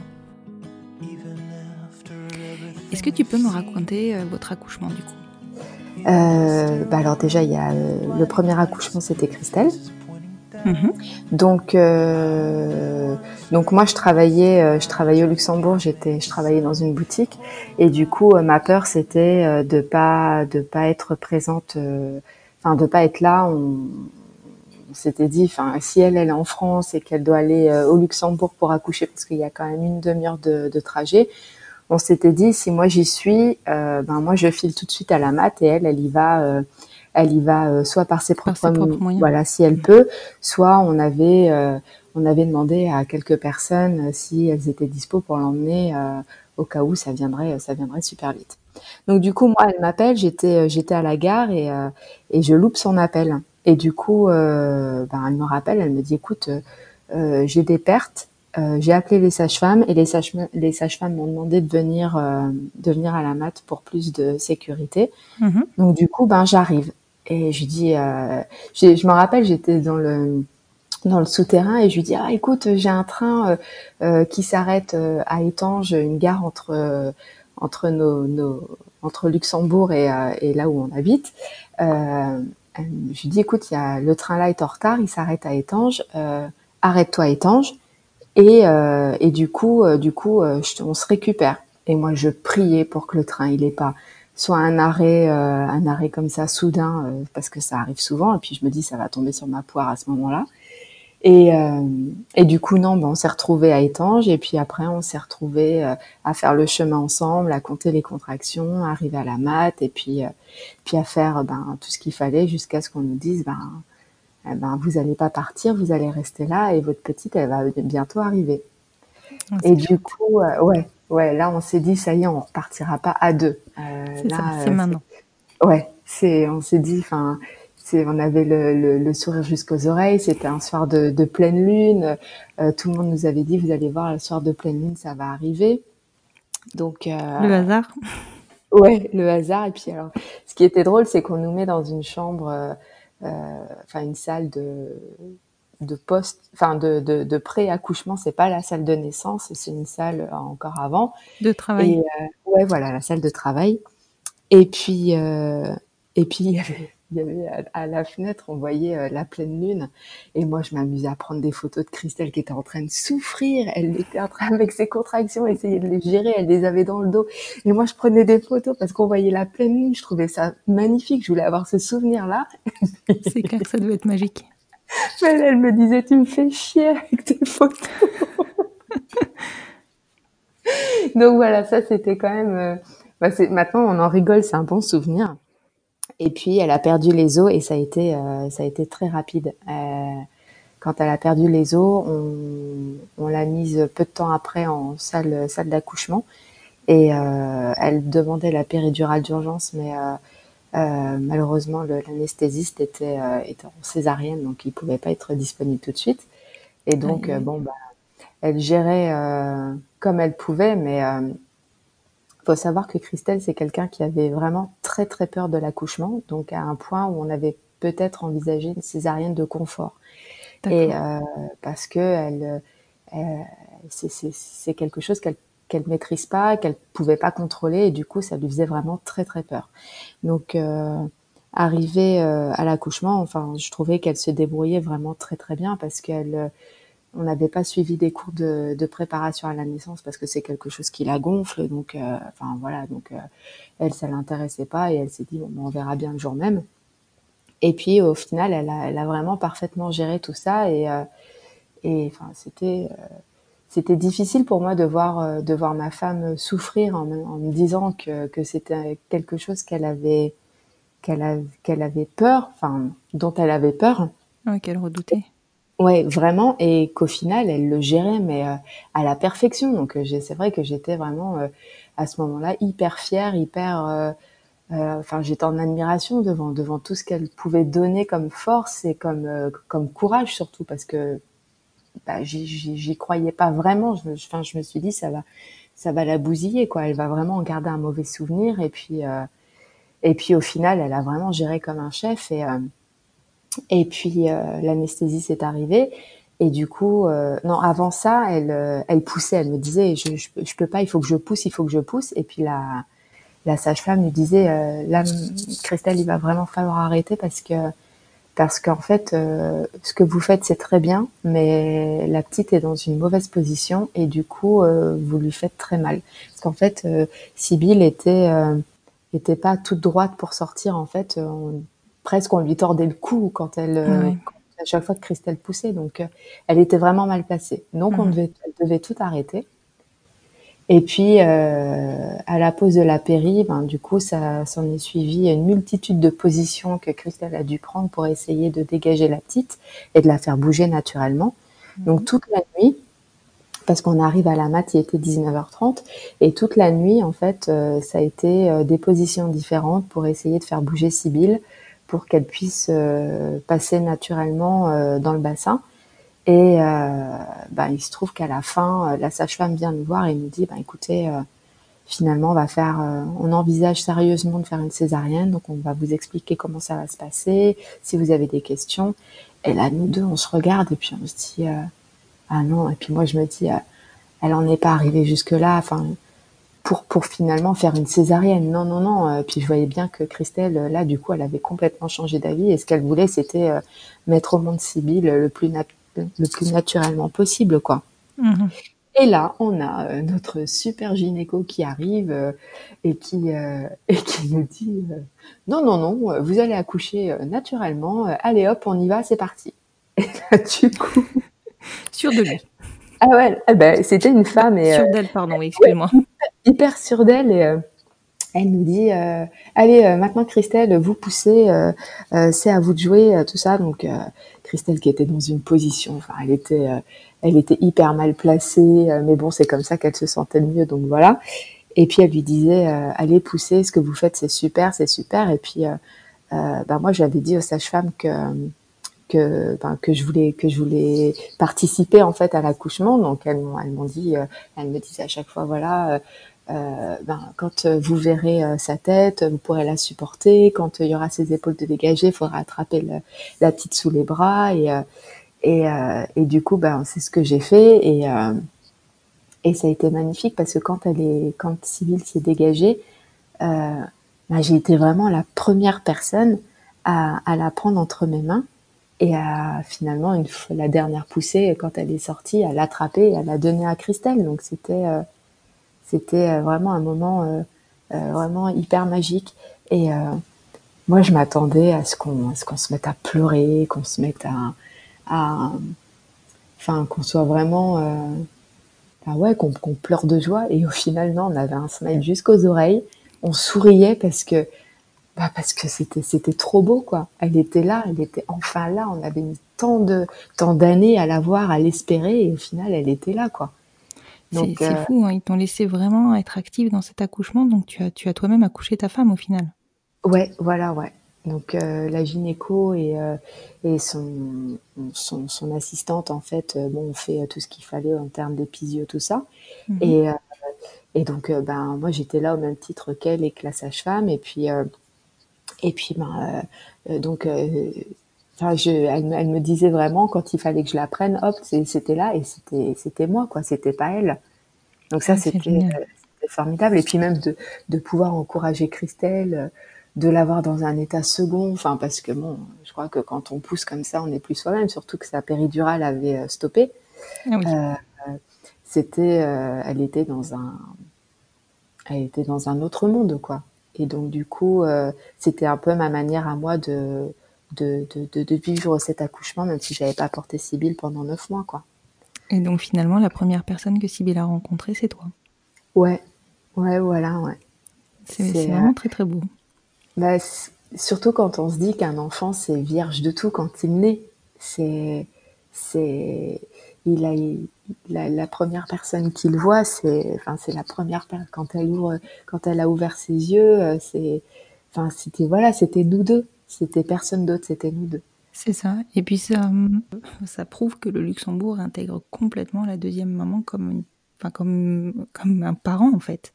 Est-ce que tu peux me raconter euh, votre accouchement du coup ? Euh, bah alors déjà, il y a euh, le premier accouchement, c'était Christelle. Mmh. Donc, euh, donc moi, je travaillais, euh, je travaillais au Luxembourg. J'étais, je travaillais dans une boutique, et du coup, euh, ma peur, c'était euh, de pas, de pas être présente, euh, enfin, de pas être là. On, on s'était dit, enfin, si elle, elle est en France et qu'elle doit aller euh, au Luxembourg pour accoucher, parce qu'il y a quand même une demi-heure de, de trajet. On s'était dit, si moi j'y suis, euh, ben moi je file tout de suite à la mat et elle, elle y va, euh, elle y va euh, soit par ses propres, Par ses propres moyens. Voilà, si elle peut, soit on avait, euh, on avait demandé à quelques personnes euh, si elles étaient dispo pour l'emmener euh, au cas où ça viendrait, ça viendrait super vite. Donc du coup, moi, elle m'appelle, j'étais, j'étais à la gare et euh, et je loupe son appel. Et du coup, euh, ben, elle me rappelle, elle me dit, écoute, euh, j'ai des pertes. Euh, j'ai appelé les sages-femmes et les, sage les sages-femmes m'ont demandé de venir, euh, de venir à la mat pour plus de sécurité. Mmh. Donc du coup, ben j'arrive. Et je lui dis, euh, je me rappelle, j'étais dans le dans le souterrain et je lui dis, ah écoute, j'ai un train euh, euh, qui s'arrête euh, à Étanges, une gare entre euh, entre nos, nos entre Luxembourg et, euh, et là où on habite. Euh, je lui dis, écoute, il y a le train là est en retard, il s'arrête à Étanges. Euh, arrête-toi à Étanges. Et, euh, et du coup, euh, du coup, euh, je, on se récupère. Et moi, je priais pour que le train, il ait pas soit un arrêt, euh, un arrêt comme ça soudain, euh, parce que ça arrive souvent. Et puis je me dis, ça va tomber sur ma poire à ce moment-là. Et, euh, et du coup, non, ben, on s'est retrouvés à Étanges. Et puis après, on s'est retrouvés euh, à faire le chemin ensemble, à compter les contractions, à arriver à la mat, et puis, euh, puis à faire ben, tout ce qu'il fallait jusqu'à ce qu'on nous dise, ben, eh ben, vous allez pas partir, vous allez rester là et votre petite, elle va bientôt arriver. Ah, Et c'est du chouette. coup, euh, ouais, ouais, là, on s'est dit, ça y est, on repartira pas à deux. Euh, C'est ça, là, c'est euh, maintenant. c'est- ouais, c'est, on s'est dit, enfin, c'est, on avait le, le, le sourire jusqu'aux oreilles. C'était un soir de, de pleine lune. Euh, tout le monde nous avait dit, vous allez voir, le soir de pleine lune, ça va arriver. Donc, Le euh, hasard. ouais, le hasard. Et puis alors, ce qui était drôle, c'est qu'on nous met dans une chambre, euh, euh, enfin une salle de de poste, enfin de de, de pré-accouchement. C'est pas la salle de naissance, c'est une salle encore avant. De Et travail. euh, ouais, voilà, la salle de travail. Et puis euh, et puis il y avait il y avait à, à la fenêtre, on voyait euh, la pleine lune. Et moi, je m'amusais à prendre des photos de Christelle qui était en train de souffrir. Elle était en train, avec ses contractions, essayer de les gérer. Elle les avait dans le dos. Et moi, je prenais des photos parce qu'on voyait la pleine lune. Je trouvais ça magnifique. Je voulais avoir ce souvenir-là. C'est clair que ça doit être magique. Elle, elle me disait, tu me fais chier avec tes photos. Donc voilà, ça, c'était quand même... Euh, bah, c'est, maintenant, on en rigole, c'est un bon souvenir. Et puis, elle a perdu les os et ça a été, euh, ça a été très rapide. Euh, quand elle a perdu les os, on, on l'a mise peu de temps après en salle, salle d'accouchement. Et euh, elle demandait la péridurale d'urgence, mais euh, euh, malheureusement, le, l'anesthésiste était, euh, était en césarienne, donc il pouvait pas être disponible tout de suite. Et donc, Aïe, euh, aïe. bon, bah, elle gérait euh, comme elle pouvait, mais euh, faut savoir que Christelle, c'est quelqu'un qui avait vraiment très très peur de l'accouchement, donc à un point où on avait peut-être envisagé une césarienne de confort. Et D'accord. euh, parce que elle, elle c'est, c'est, c'est quelque chose qu'elle qu'elle maîtrise pas, qu'elle pouvait pas contrôler, et du coup, ça lui faisait vraiment très très peur. Donc, euh, arrivée euh, à l'accouchement, enfin, je trouvais qu'elle se débrouillait vraiment très très bien parce qu'elle, on n'avait pas suivi des cours de, de préparation à la naissance parce que c'est quelque chose qui la gonfle. Donc, euh, enfin voilà, donc euh, elle, ça l'intéressait pas et elle s'est dit bon, on verra bien le jour même. Et puis au final, elle a, elle a vraiment parfaitement géré tout ça et euh, et enfin c'était euh, c'était difficile pour moi de voir euh, de voir ma femme souffrir en, en me disant que que c'était quelque chose qu'elle avait qu'elle a, qu'elle avait peur, enfin dont elle avait peur. Ouais, quelle redoutée. Ouais, vraiment, et qu'au final, elle le gérait, mais euh, à la perfection. Donc, euh, j'ai, c'est vrai que j'étais vraiment euh, à ce moment-là hyper fière, hyper, euh, euh, enfin, j'étais en admiration devant devant tout ce qu'elle pouvait donner comme force et comme euh, comme courage surtout, parce que bah, j'y, j'y, j'y croyais pas vraiment. Je, enfin, je me suis dit ça va ça va la bousiller quoi. Elle va vraiment en garder un mauvais souvenir, et puis euh, et puis au final, elle a vraiment géré comme un chef. Et euh, et puis euh, l'anesthésie s'est arrivée. Et du coup, euh, non, avant ça, elle, euh, elle poussait, elle me disait, je, je, je peux pas, il faut que je pousse, il faut que je pousse. Et puis la, la sage-femme lui disait, euh, là, Christelle, il va vraiment falloir arrêter parce que, parce qu'en fait, euh, ce que vous faites, c'est très bien, mais la petite est dans une mauvaise position et du coup, euh, vous lui faites très mal. Parce qu'en fait, euh, Sibylle était, euh, était pas toute droite pour sortir. En fait, on, presque on lui tordait le cou quand elle, euh, Ouais. quand, à chaque fois que Christelle poussait. Donc, euh, elle était vraiment mal placée. Donc, on Mhm. devait, elle devait tout arrêter. Et puis, euh, à la pose de la péri, ben, du coup, ça s'en est suivi une multitude de positions que Christelle a dû prendre pour essayer de dégager la petite et de la faire bouger naturellement. Donc, Mhm. toute la nuit, parce qu'on arrive à la mat, il était dix-neuf heures trente, et toute la nuit, en fait, euh, ça a été euh, des positions différentes pour essayer de faire bouger Sibylle, pour qu'elle puisse euh, passer naturellement euh, dans le bassin. Et euh, bah, il se trouve qu'à la fin, euh, la sage-femme vient nous voir et nous dit, bah, écoutez, euh, finalement, on va faire, euh, on envisage sérieusement de faire une césarienne, donc on va vous expliquer comment ça va se passer, si vous avez des questions. Et là, nous deux, on se regarde et puis on se dit, euh, ah non. Et puis moi, je me dis, euh, elle en est pas arrivée jusque là. Enfin, pour pour finalement faire une césarienne. Non, non, non. Et puis je voyais bien que Christelle, là, du coup, elle avait complètement changé d'avis. Et ce qu'elle voulait, c'était euh, mettre au monde Sibylle le plus nat- le plus naturellement possible, quoi. Mhm. Et là, on a euh, notre super gynéco qui arrive euh, et qui euh, et qui nous dit euh, non, non, non, euh, vous allez accoucher euh, naturellement. Euh, allez hop, on y va, c'est parti. Et là, du coup, Sûre de lui. ah ouais, ah ben, c'était une femme et euh, Sûre d'elle, pardon, oui, ouais, excuse-moi. hyper, hyper sûre d'elle et euh, elle nous dit euh, allez euh, maintenant Christelle, vous poussez, euh, euh, c'est à vous de jouer, euh, tout ça. Donc euh, Christelle qui était dans une position, enfin elle était euh, elle était hyper mal placée, euh, mais bon c'est comme ça qu'elle se sentait le mieux, donc voilà. Et puis elle lui disait euh, allez pousser, ce que vous faites c'est super, c'est super. Et puis euh, euh, ben moi j'avais dit aux sages-femmes que que ben, que je voulais que je voulais participer en fait à l'accouchement. Donc elles m'ont elles m'ont dit euh, elles me disaient à chaque fois voilà euh, euh, ben quand vous verrez euh, sa tête, vous pourrez la supporter. Quand il y aura ses épaules de dégagées, il faudra attraper le, la petite sous les bras et euh, et, euh, et du coup ben c'est ce que j'ai fait et euh, et ça a été magnifique parce que quand elle est quand Sibylle s'est dégagée, euh, ben, j'ai été vraiment la première personne à, à la prendre entre mes mains et à finalement une fois la dernière poussée quand elle est sortie, à l'attraper et à la donner à Christelle. Donc c'était euh, c'était euh, vraiment un moment euh, euh, vraiment hyper magique. Et euh, moi je m'attendais à ce qu'on à ce qu'on se mette à pleurer, qu'on se mette à à enfin qu'on soit vraiment euh, ah ouais qu'on qu'on pleure de joie. Et au final non, on avait un smile jusqu'aux oreilles. On souriait parce que bah parce que c'était c'était trop beau quoi. Elle était là, elle était enfin là. On avait mis tant de tant d'années à la voir, à l'espérer, et au final elle était là quoi. C'est Donc c'est euh, fou, hein, ils t'ont laissé vraiment être active dans cet accouchement, donc tu as, tu as toi-même accouché ta femme au final. ouais, voilà, ouais. Donc euh, la gynéco et euh, et son, son son assistante en fait, euh, bon, on fait euh, tout ce qu'il fallait en termes d'épisio tout ça. Mhm. Et euh, et donc euh, ben moi j'étais là au même titre qu'elle et que la sage-femme. Et puis euh, et puis ben euh, euh, donc euh, enfin je elle, me- elle me disait vraiment quand il fallait que je la prenne, hop, c'est- c'était là et c'était c'était moi quoi, c'était pas elle. Donc ça Ah, c'est c'était génial. euh, c'était formidable. Et puis même de de pouvoir encourager Christelle, euh, de l'avoir dans un état second, enfin parce que bon, je crois que quand on pousse comme ça, on n'est plus soi-même, surtout que sa péridurale avait euh, stoppé. Ah oui. Euh, c'était euh, elle était dans un elle était dans un autre monde quoi. Et donc du coup, euh, c'était un peu ma manière à moi de de, de, de, de vivre cet accouchement, même si j'avais pas porté Sibylle pendant neuf mois quoi. Et donc finalement, la première personne que Sibylle a rencontrée, c'est toi. Ouais, ouais, voilà, ouais. C'est c'est C'est euh, vraiment très très beau. bah, c- surtout quand on se dit qu'un enfant c'est vierge de tout quand il naît. C'est, c'est, il a, il- la, la première personne qu'il voit, c'est, enfin, c'est la première personne quand elle ouvre, quand elle a ouvert ses yeux, euh, c'est, enfin, c'était voilà, c'était nous deux, c'était personne d'autre, c'était nous deux. C'est ça. Et puis ça, hum, ça prouve que le Luxembourg intègre complètement la deuxième maman comme, une- enfin, comme, comme un parent en fait.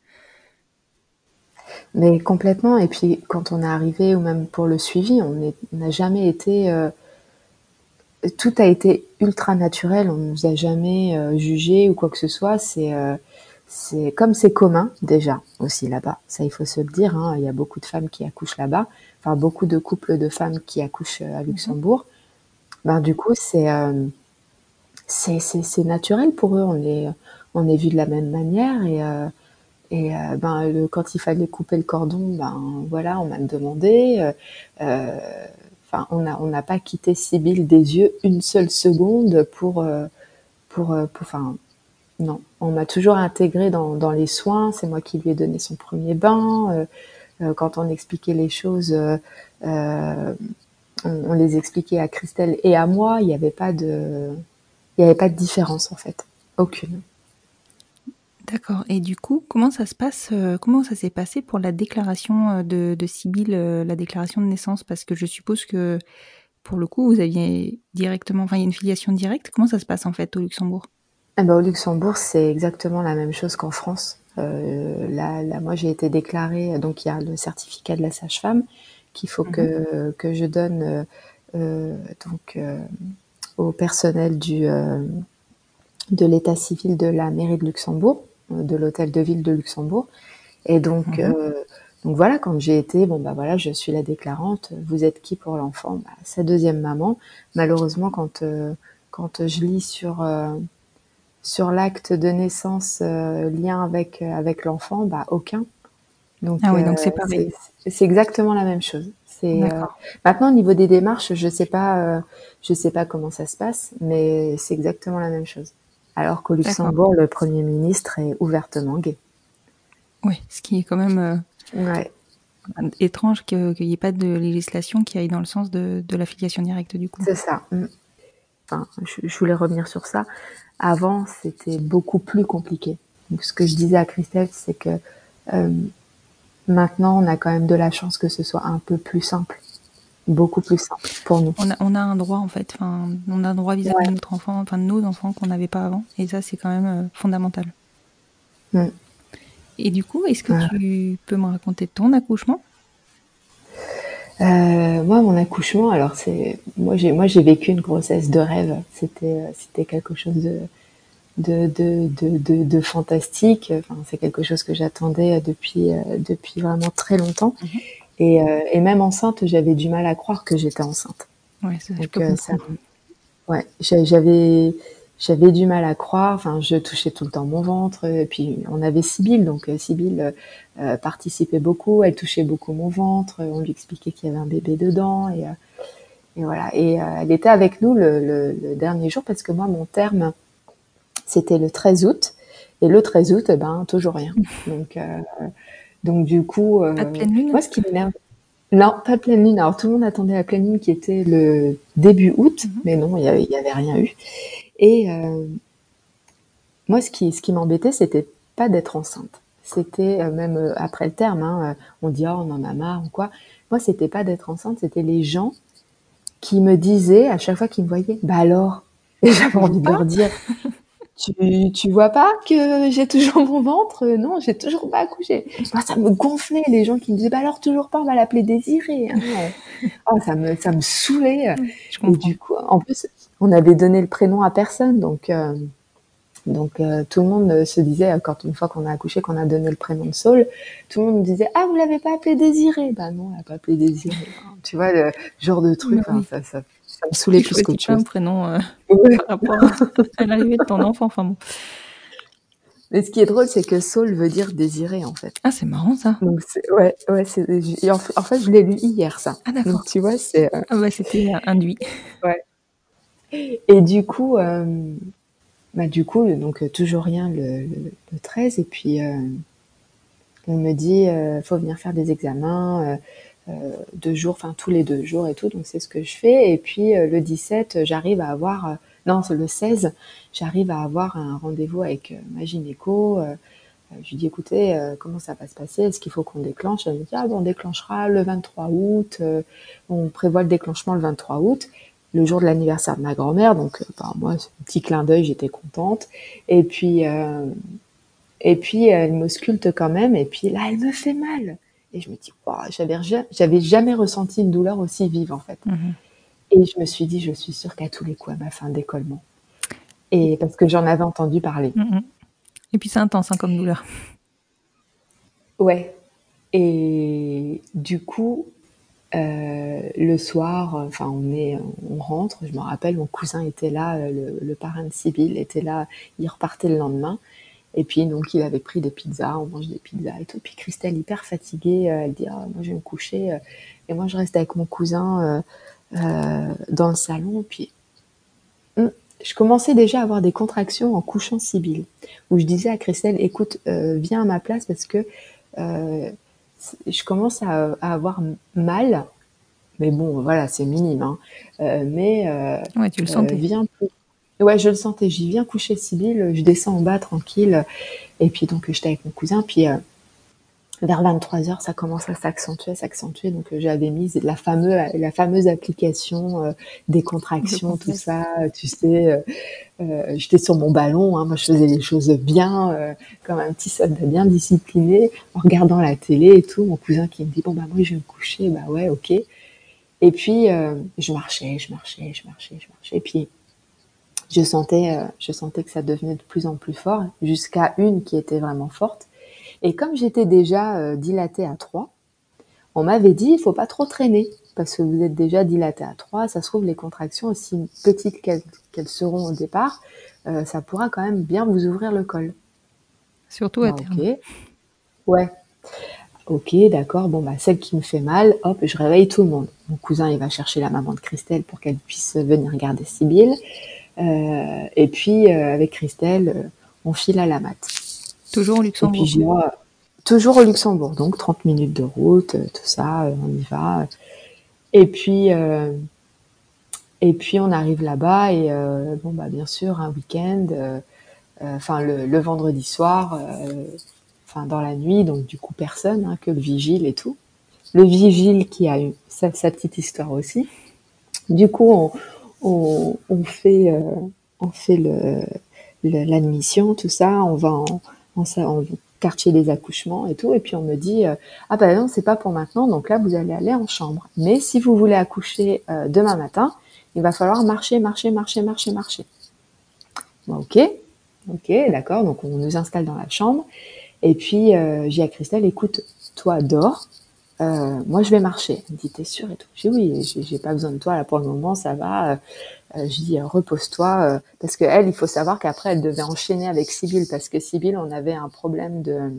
Mais complètement. Et puis quand on est arrivé, ou même pour le suivi, on est- on n'a jamais été euh, tout a été ultra naturel, on nous a jamais euh, jugé ou quoi que ce soit. C'est euh, c'est comme c'est commun déjà aussi là-bas. Ça, il faut se le dire. Hein, il y a beaucoup de femmes qui accouchent là-bas. Enfin, beaucoup de couples de femmes qui accouchent euh, à Mhm. Luxembourg. Ben du coup, c'est euh, c'est c'est c'est naturel pour eux. On est on est vu de la même manière et euh, et euh, ben le, quand il fallait couper le cordon, ben voilà, on m'a demandé. Euh, euh, Enfin, on n'a on n'a pas quitté Sibylle des yeux une seule seconde pour euh, pour, euh, pour enfin non, on m'a toujours intégré dans, dans les soins. C'est moi qui lui ai donné son premier bain. Euh, euh, quand on expliquait les choses, euh, euh, on, on les expliquait à Christelle et à moi. Il n'y avait pas de il y avait pas de différence en fait, aucune. D'accord. Et du coup, comment ça se passe, euh, comment ça s'est passé pour la déclaration euh, de, de Sibylle, euh, la déclaration de naissance? Parce que je suppose que, pour le coup, vous aviez directement, enfin, il y a une filiation directe. Comment ça se passe en fait au Luxembourg? Eh ben, au Luxembourg, c'est exactement la même chose qu'en France. Euh, là, là, moi, j'ai été déclarée, donc il y a le certificat de la sage-femme qu'il faut Mhm. que, que je donne euh, euh, donc, euh, au personnel du, euh, de l'état civil de la mairie de Luxembourg, euh, de l'hôtel de ville de Luxembourg. Et donc, Mhm. euh, donc voilà, quand j'ai été, bon bah voilà, je suis la déclarante. Vous êtes qui pour l'enfant? Bah, sa deuxième maman. Malheureusement, quand euh, quand je lis sur euh, sur l'acte de naissance euh, lien avec euh, avec l'enfant, bah aucun. Donc Ah oui, euh, donc c'est pareil. c'est c'est exactement la même chose. C'est euh, D'accord. maintenant au niveau des démarches, je sais pas euh, je sais pas comment ça se passe, mais c'est exactement la même chose. Alors qu'au D'accord. Luxembourg, le Premier ministre est ouvertement gay. Oui, ce qui est quand même euh, Ouais. étrange que- qu'il n'y ait pas de législation qui aille dans le sens de, de la filiation directe du coup. C'est ça. Mm. Enfin, je, je voulais revenir sur ça. Avant, c'était beaucoup plus compliqué. Donc, ce que je disais à Christelle, c'est que euh, maintenant, on a quand même de la chance que ce soit un peu plus simple, beaucoup plus simple pour nous. On a, on a un droit en fait, enfin, on a un droit vis-à-vis de Ouais. notre enfant, enfin de nos enfants qu'on n'avait pas avant, et ça c'est quand même euh, fondamental. Mm. Et du coup, est-ce que Ouais. tu peux me raconter ton accouchement? Euh, moi, mon accouchement, alors c'est, moi j'ai, moi j'ai vécu une grossesse de rêve. C'était, euh, c'était quelque chose de, de, de, de, de, de fantastique. Enfin, c'est quelque chose que j'attendais depuis, euh, depuis vraiment très longtemps. Mhm. Et, euh, et même enceinte, j'avais du mal à croire que j'étais enceinte. Ouais, ça, je Donc peux euh, ça, comprendre. ouais, j'a- j'avais, j'avais du mal à croire. Enfin, je touchais tout le temps mon ventre. Et puis on avait Sibylle, donc euh, Sibylle euh, euh, participait beaucoup. Elle touchait beaucoup mon ventre. On lui expliquait qu'il y avait un bébé dedans. Et, euh, et voilà. Et euh, elle était avec nous le, le, le dernier jour parce que moi, mon terme, c'était le treize août. Et le treize août, eh ben toujours rien. Donc euh, donc du coup, Pas de euh, pleine lune? moi, ce qui m'énerve. Non, pas de pleine lune. Alors tout le monde attendait la pleine lune qui était le début août, Mhm. mais non, il y avait, il y avait rien eu. Et euh, moi, ce qui, ce qui m'embêtait, c'était pas d'être enceinte. C'était euh, même euh, après le terme, hein, euh, on dit oh, on en a marre ou quoi. Moi, c'était pas d'être enceinte, c'était les gens qui me disaient à chaque fois qu'ils me voyaient, bah alors. Et j'avais Toujours envie de pas? leur dire, tu, tu vois pas que j'ai toujours mon ventre? Non, j'ai toujours pas accouché. Moi, ça me gonflait les gens qui me disaient, bah alors toujours pas, on va l'appeler Désiré. Hein. Oh, ça me, ça me saoulait. Mm. Je Et comprends. du coup, en plus, on avait donné le prénom à personne, donc euh, donc euh, tout le monde euh, se disait, euh, quand une fois qu'on a accouché, qu'on a donné le prénom de Saul, tout le monde nous disait, ah vous l'avez pas appelé Désiré? Bah non, on l'a pas appelé Désiré. Enfin, tu vois le genre de truc, Bah enfin, oui. ça, ça, ça me Tu saoulait plus choisis qu'autre pas un chose. prénom euh, Ouais. par rapport à, à l'arrivée de ton enfant. Enfin bon. Mais ce qui est drôle, c'est que Saul veut dire désiré en fait. Ah, c'est marrant ça. Donc c'est, ouais, ouais, c'est, et en, fait, en fait, je l'ai lu hier ça. Ah Donc d'accord. tu vois, c'est, euh, Ah bah c'était euh, induit. ouais. Et du coup, euh, bah du coup, donc euh, toujours rien le, le, le treize, et puis euh, on me dit, euh, faut venir faire des examens, euh, euh, deux jours, enfin tous les deux jours et tout, donc c'est ce que je fais. Et puis euh, le dix-sept, j'arrive à avoir, euh, non, c'est le seize, j'arrive à avoir un rendez-vous avec euh, ma gynéco. Euh, je lui dis, écoutez, euh, comment ça va se passer? Est-ce qu'il faut qu'on déclenche? Elle me dit, ah bon, on déclenchera le vingt-trois août. Euh, on prévoit le déclenchement le vingt-trois août, le jour de l'anniversaire de ma grand-mère. Donc, euh, bah, moi, c'est un petit clin d'œil, j'étais contente. Et puis, euh, et puis, elle m'ausculte quand même. Et puis là, elle me fait mal. Et je me dis, wow, j'avais, j'avais jamais ressenti une douleur aussi vive, en fait. Mhm. Et je me suis dit, je suis sûre qu'à tous les coups, elle m'a fait un décollement. Et parce que j'en avais entendu parler. Mhm. Et puis c'est intense hein, comme douleur. Ouais. Et du coup, euh, le soir, enfin, on est, on rentre. Je me rappelle, mon cousin était là, le, le parrain de Sibylle était là. Il repartait le lendemain. Et puis, donc, il avait pris des pizzas. On mange des pizzas et tout. Puis Christelle, hyper fatiguée, euh, elle dit, ah, moi, je vais me coucher. euh, Et moi, je reste avec mon cousin euh, euh, dans le salon. Puis, hum, je commençais déjà à avoir des contractions en couchant Sibylle, où je disais à Christelle, écoute, euh, viens à ma place parce que euh, je commence à, à avoir mal, mais bon, voilà, c'est minime, hein. Euh, mais euh, Ouais, tu le euh, sentais. viens plus. Ouais, je le sentais. J'y viens coucher Sibylle, je descends en bas tranquille. Et puis donc j'étais avec mon cousin. Puis euh, vers vingt-trois heures, ça commence à s'accentuer, s'accentuer. Donc euh, j'avais mis la fameuse, la fameuse application euh, des contractions, tout ça. Tu sais, euh, euh, j'étais sur mon ballon. Hein, moi, je faisais les choses bien, euh, comme un petit soldat bien discipliné, en regardant la télé et tout. Mon cousin qui me dit bon bah moi je vais me coucher. Bah ouais, ok. Et puis euh, je marchais, je marchais, je marchais, je marchais. Et puis je sentais, euh, je sentais que ça devenait de plus en plus fort, jusqu'à une qui était vraiment forte. Et comme j'étais déjà euh, dilatée à trois, on m'avait dit, il faut pas trop traîner, parce que vous êtes déjà dilatée à trois, ça se trouve, les contractions, aussi petites qu'elles, qu'elles seront au départ, euh, ça pourra quand même bien vous ouvrir le col. Surtout à Bah, terme. ok. Ouais. Ok, d'accord. Bon, bah, celle qui me fait mal, hop, je réveille tout le monde. Mon cousin, il va chercher la maman de Christelle pour qu'elle puisse venir garder Sibylle. Euh, et puis, euh, avec Christelle, euh, on file à la mat. Toujours au Et puis, Luxembourg. j'ai euh, toujours au Luxembourg, donc trente minutes de route, euh, tout ça, euh, on y va. Et puis, euh, et puis on arrive là-bas et euh, bon, bah, bien sûr, un week-end, enfin, euh, euh, le, le vendredi soir, enfin, euh, dans la nuit, donc du coup, personne, hein, que le vigile et tout. Le vigile qui a eu sa, sa petite histoire aussi. Du coup, on, on, on fait, euh, on fait le, le, l'admission, tout ça. On va en, en, en quartier des accouchements et tout. Et puis on me dit, euh, ah ben non, c'est pas pour maintenant. Donc là, vous allez aller en chambre. Mais si vous voulez accoucher euh, demain matin, il va falloir marcher, marcher, marcher, marcher, marcher. Bon, ok, ok, d'accord. Donc on nous installe dans la chambre. Et puis euh, j'ai à Christelle, écoute, toi dors. Euh, moi, je vais marcher. Elle me dit, t'es sûre et tout. J'ai dit, oui, j'ai, j'ai pas besoin de toi, là, pour le moment, ça va. Euh, je dis, euh, repose-toi. Euh, parce que elle, il faut savoir qu'après, elle devait enchaîner avec Sibylle, parce que Sibylle, on avait un problème de,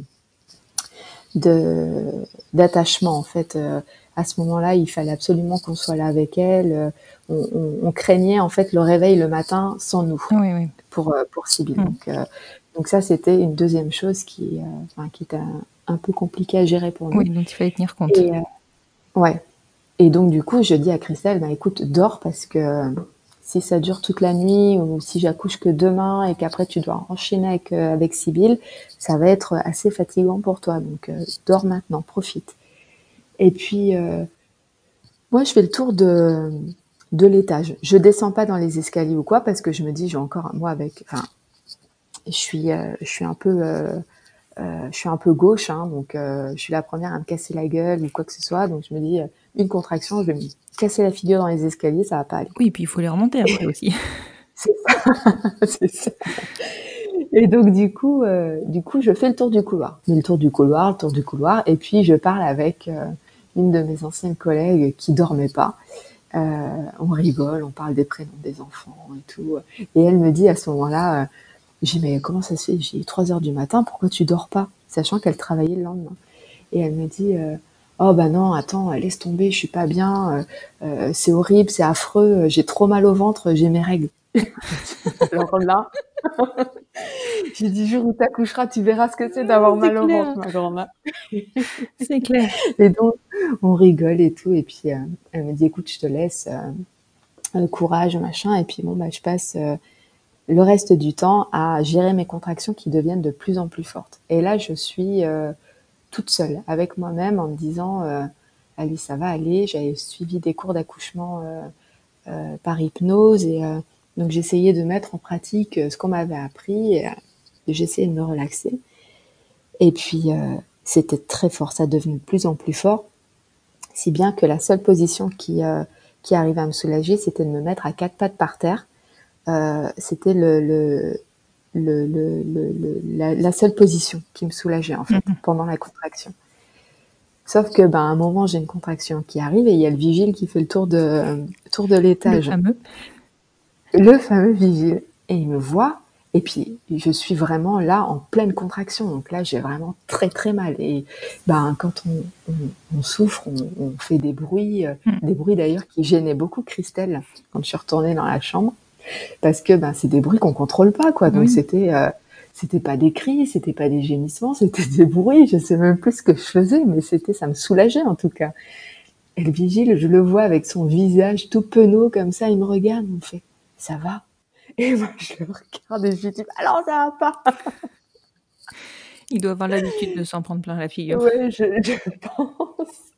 de, d'attachement, en fait. Euh, à ce moment-là, il fallait absolument qu'on soit là avec elle. Euh, on, on, on craignait, en fait, le réveil le matin sans nous. Oui, oui. Pour, euh, pour Sibylle. Mm. Donc, euh, donc ça, c'était une deuxième chose qui, euh, enfin, qui était un, un peu compliquée à gérer pour nous. Oui, dont il fallait tenir compte. Et, euh, ouais. Et donc, du coup, je dis à Christelle, bah, écoute, dors parce que si ça dure toute la nuit ou si j'accouche que demain et qu'après tu dois enchaîner avec, euh, avec Sibylle, ça va être assez fatigant pour toi. Donc, euh, dors maintenant, profite. Et puis, euh, moi, je fais le tour de, de l'étage. Je descends pas dans les escaliers ou quoi parce que je me dis, j'ai encore, moi, avec, enfin, je suis, euh, je suis un peu, euh, euh, je suis un peu gauche, hein, donc euh, je suis la première à me casser la gueule ou quoi que ce soit. Donc je me dis, euh, une contraction, je vais me casser la figure dans les escaliers, ça va pas aller. Oui, et puis il faut les remonter après aussi. C'est ça, c'est ça. Et donc du coup, euh, du coup, je fais le tour du couloir, je fais le tour du couloir, le tour du couloir, et puis je parle avec euh, une de mes anciennes collègues qui dormait pas. Euh, on rigole, on parle des prénoms des enfants et tout. Et elle me dit à ce moment-là, euh, j'ai dit, mais comment ça se fait? J'ai trois heures du matin, pourquoi tu dors pas? Sachant qu'elle travaillait le lendemain. Et elle me dit, euh, oh bah non, attends, laisse tomber, je suis pas bien, euh, euh, c'est horrible, c'est affreux, j'ai trop mal au ventre, j'ai mes règles. Alors là, j'ai dit, jour où t'accoucheras, tu verras ce que c'est d'avoir C'est mal au clair. ventre, ma grand-mère. C'est clair. Et donc, on rigole et tout. Et puis, euh, elle me dit, écoute, je te laisse, euh, courage, machin. Et puis, bon, bah, je passe euh, le reste du temps à gérer mes contractions qui deviennent de plus en plus fortes. Et là, je suis euh, toute seule avec moi-même en me disant, euh, allez, ça va aller. J'avais suivi des cours d'accouchement euh, euh, par hypnose et euh, donc j'essayais de mettre en pratique ce qu'on m'avait appris. Et, euh, j'essayais de me relaxer. Et puis, euh, c'était très fort. Ça devenait de plus en plus fort. Si bien que la seule position qui, euh, qui arrivait à me soulager, c'était de me mettre à quatre pattes par terre. Euh, c'était le, le, le, le, le la, la seule position qui me soulageait en fait mm-hmm. pendant la contraction. Sauf que ben à un moment j'ai une contraction qui arrive et il y a le vigile qui fait le tour de euh, tour de l'étage. Le fameux. Le fameux vigile. Et il me voit et puis je suis vraiment là en pleine contraction. Donc là j'ai vraiment très très mal. Et ben quand on, on, on souffre, on, on fait des bruits, euh, mm. des bruits d'ailleurs qui gênaient beaucoup Christelle quand je suis retournée dans la chambre. Parce que ben c'est des bruits qu'on contrôle pas quoi. Donc oui. c'était euh, c'était pas des cris, c'était pas des gémissements, c'était des bruits. Je sais même plus ce que je faisais, mais c'était ça me soulageait en tout cas. Et le vigile, je le vois avec son visage tout penaud comme ça, il me regarde, il me fait ça va. Et moi, je le regarde et je lui dis: «Bah non, ça va pas!» Il doit avoir l'habitude de s'en prendre plein la figure. Ouais, je je pense.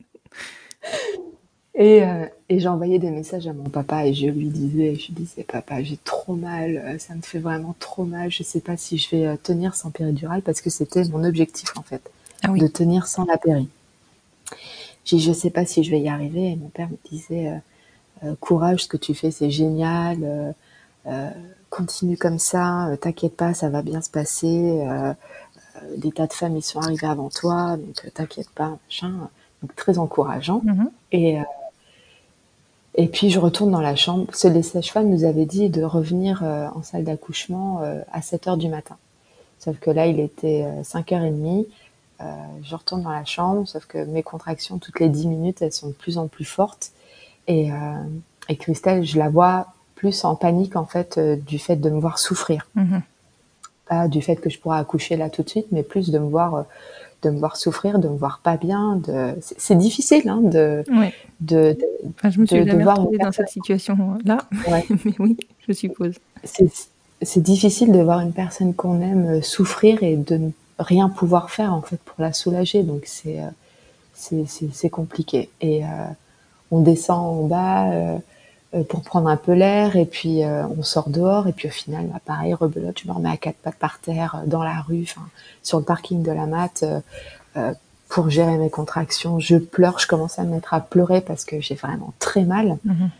Et heu et j'ai envoyé des messages à mon papa et je lui disais je lui disais: «Papa, j'ai trop mal, heu, ça me fait vraiment trop mal, je sais pas si je vais, heu, tenir sans péridurale», parce que c'était mon objectif, en fait, Ah oui. de tenir sans la péri. J'ai dit: «Je sais pas si je vais y arriver» et mon père me disait, heu: «Heu, courage, ce que tu fais, c'est génial, heu heu, continue comme ça, heu, t'inquiète pas, ça va bien se passer, heu heu, des tas de femmes, ils sont arrivées avant toi, donc heu, t'inquiète pas», machin, donc très encourageant Mmh mh. et heu et puis je retourne dans la chambre parce que les sages-femmes nous avaient dit de revenir, heu, en salle d'accouchement, heu, à sept heures du matin. Sauf que là, il était, heu, cinq heures trente, heu, je retourne dans la chambre, sauf que mes contractions, toutes les dix minutes, elles sont de plus en plus fortes et heu et Christelle, je la vois plus en panique, en fait, heu, du fait de me voir souffrir. Mmh mh. Pas du fait que je pourrais accoucher là tout de suite, mais plus de me voir, heu, de me voir souffrir, de me voir pas bien, de c'est c'est difficile, hein, de Ouais. de Enfin, je me suis de de de jamais voir une retrouvée dans personne cette situation-là, ouais. mais oui, je suppose. C'est c'est difficile de voir une personne qu'on aime, heu, souffrir et de ne rien pouvoir faire, en fait, pour la soulager, donc c'est, heu, c'est c'est c'est compliqué et heu, on descend en bas, heu heu, pour prendre un peu l'air et puis, heu, on sort dehors et puis au final, bah, pareil, rebelote, je me remets à quatre pattes par terre, heu, dans la rue, enfin, sur le parking de la mat, heu heu, pour gérer mes contractions. Je pleure, je commence à me mettre à pleurer parce que j'ai vraiment très mal. Mmh mh.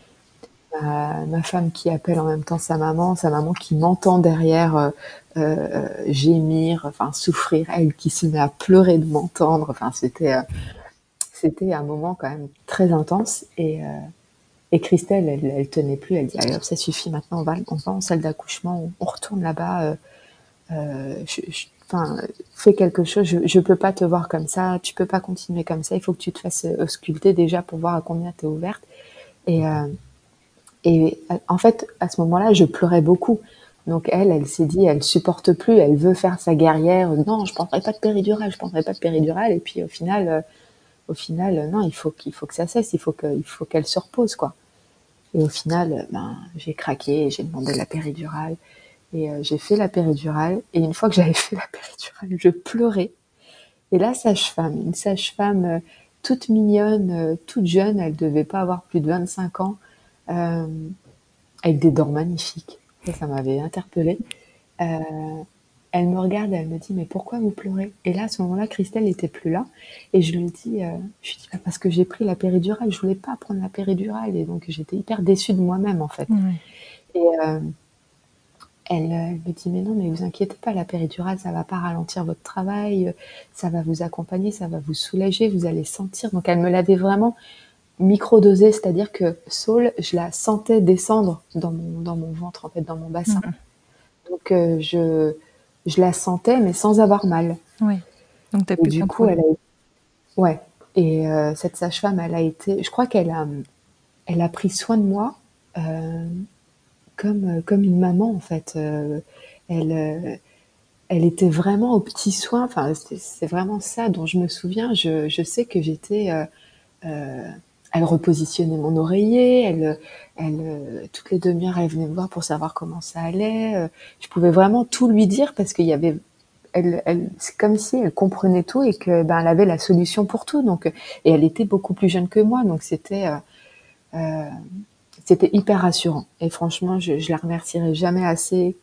Ma ma femme qui appelle en même temps sa maman, sa maman qui m'entend derrière, heu heu, gémir, enfin souffrir, elle qui se met à pleurer de m'entendre, enfin c'était, heu, c'était un moment quand même très intense et heu et Christelle, elle elle tenait plus, elle dit: «Allez hop, ça suffit maintenant, on va on va en salle d'accouchement, on on retourne là-bas, heu heu, je je enfin, fais quelque chose, je je peux pas te voir comme ça, tu peux pas continuer comme ça, il faut que tu te fasses, heu, ausculter déjà pour voir à combien tu es ouverte» et heu et heu, en fait, à ce moment-là, je pleurais beaucoup. Donc elle, elle s'est dit: «Elle supporte plus, elle veut faire sa guerrière, non, je prendrai pas de péridurale, je prendrai pas de péridurale» et puis au final, heu, au final, heu, non, il faut qu'il faut que ça cesse, il faut que il faut qu'elle se repose, quoi et au final, heu, ben, j'ai craqué et j'ai demandé la péridurale et heu, j'ai fait la péridurale et une fois que j'avais fait la péridurale, je pleurais et la sage-femme, une sage-femme, heu, toute mignonne, heu, toute jeune, elle devait pas avoir plus de vingt-cinq ans, hem, avec des dents magnifiques. Ça, ça m'avait interpellée. Heu, elle me regarde et elle me dit: «Mais pourquoi vous pleurez?» et là, à ce moment-là, Christelle était plus là et je lui dis, heu, je lui dis: «Bah, parce que j'ai pris la péridurale, je voulais pas prendre la péridurale» et donc j'étais hyper déçue de moi-même, en fait Ouais. et hem, elle, heu, elle me dit: «Mais non, mais vous inquiétez pas, la péridurale, ça va pas ralentir votre travail, heu, ça va vous accompagner, ça va vous soulager, vous allez sentir» donc elle me l'avait vraiment microdosé, c'est-à-dire que Saul, je la sentais descendre dans mon dans mon ventre, en fait, dans mon Mmh bassin. mh. Donc heu, je je la sentais, mais sans avoir mal Ouais, donc tu as et pu du coup, contrôler. elle a ouais et heu, cette sage-femme, elle a été je crois qu'elle a, mmh, elle a pris soin de moi, hem, comme, heu, comme une maman, en fait, heu, elle, heu, elle était vraiment aux petits soins, enfin, c'est c'est vraiment ça dont je me souviens. Je je sais que j'étais, heu heu, elle repositionnait mon oreiller, elle, heu elle, heu, toutes les demi heures, elle venait me voir pour savoir comment ça allait, heu, je pouvais vraiment tout lui dire parce qu'il y avait elle elle c'est comme si elle comprenait tout et que, ben, elle avait la solution pour tout donc heu et elle était beaucoup plus jeune que moi donc c'était, heu heu, c'était hyper rassurant et franchement, je je la remercierai jamais assez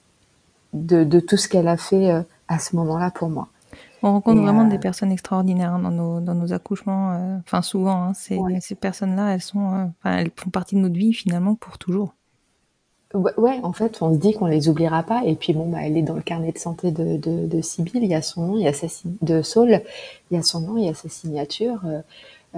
de de tout ce qu'elle a fait, heu, à ce moment-là pour moi On rencontre et heu vraiment des personnes extraordinaires, hein, dans nos dans nos accouchements, heu, enfin souvent, hein, ces ouais. ces personnes-là, elles sont, heu, enfin, elles font partie de notre vie finalement pour toujours. Ouais, ouais, en fait, on se dit qu'on les oubliera pas et puis bon, bah, elle est dans le carnet de santé de de de Sibylle, il y a son nom, il y a sa sign de Saul, il y a son nom, il y a sa signature, heu heu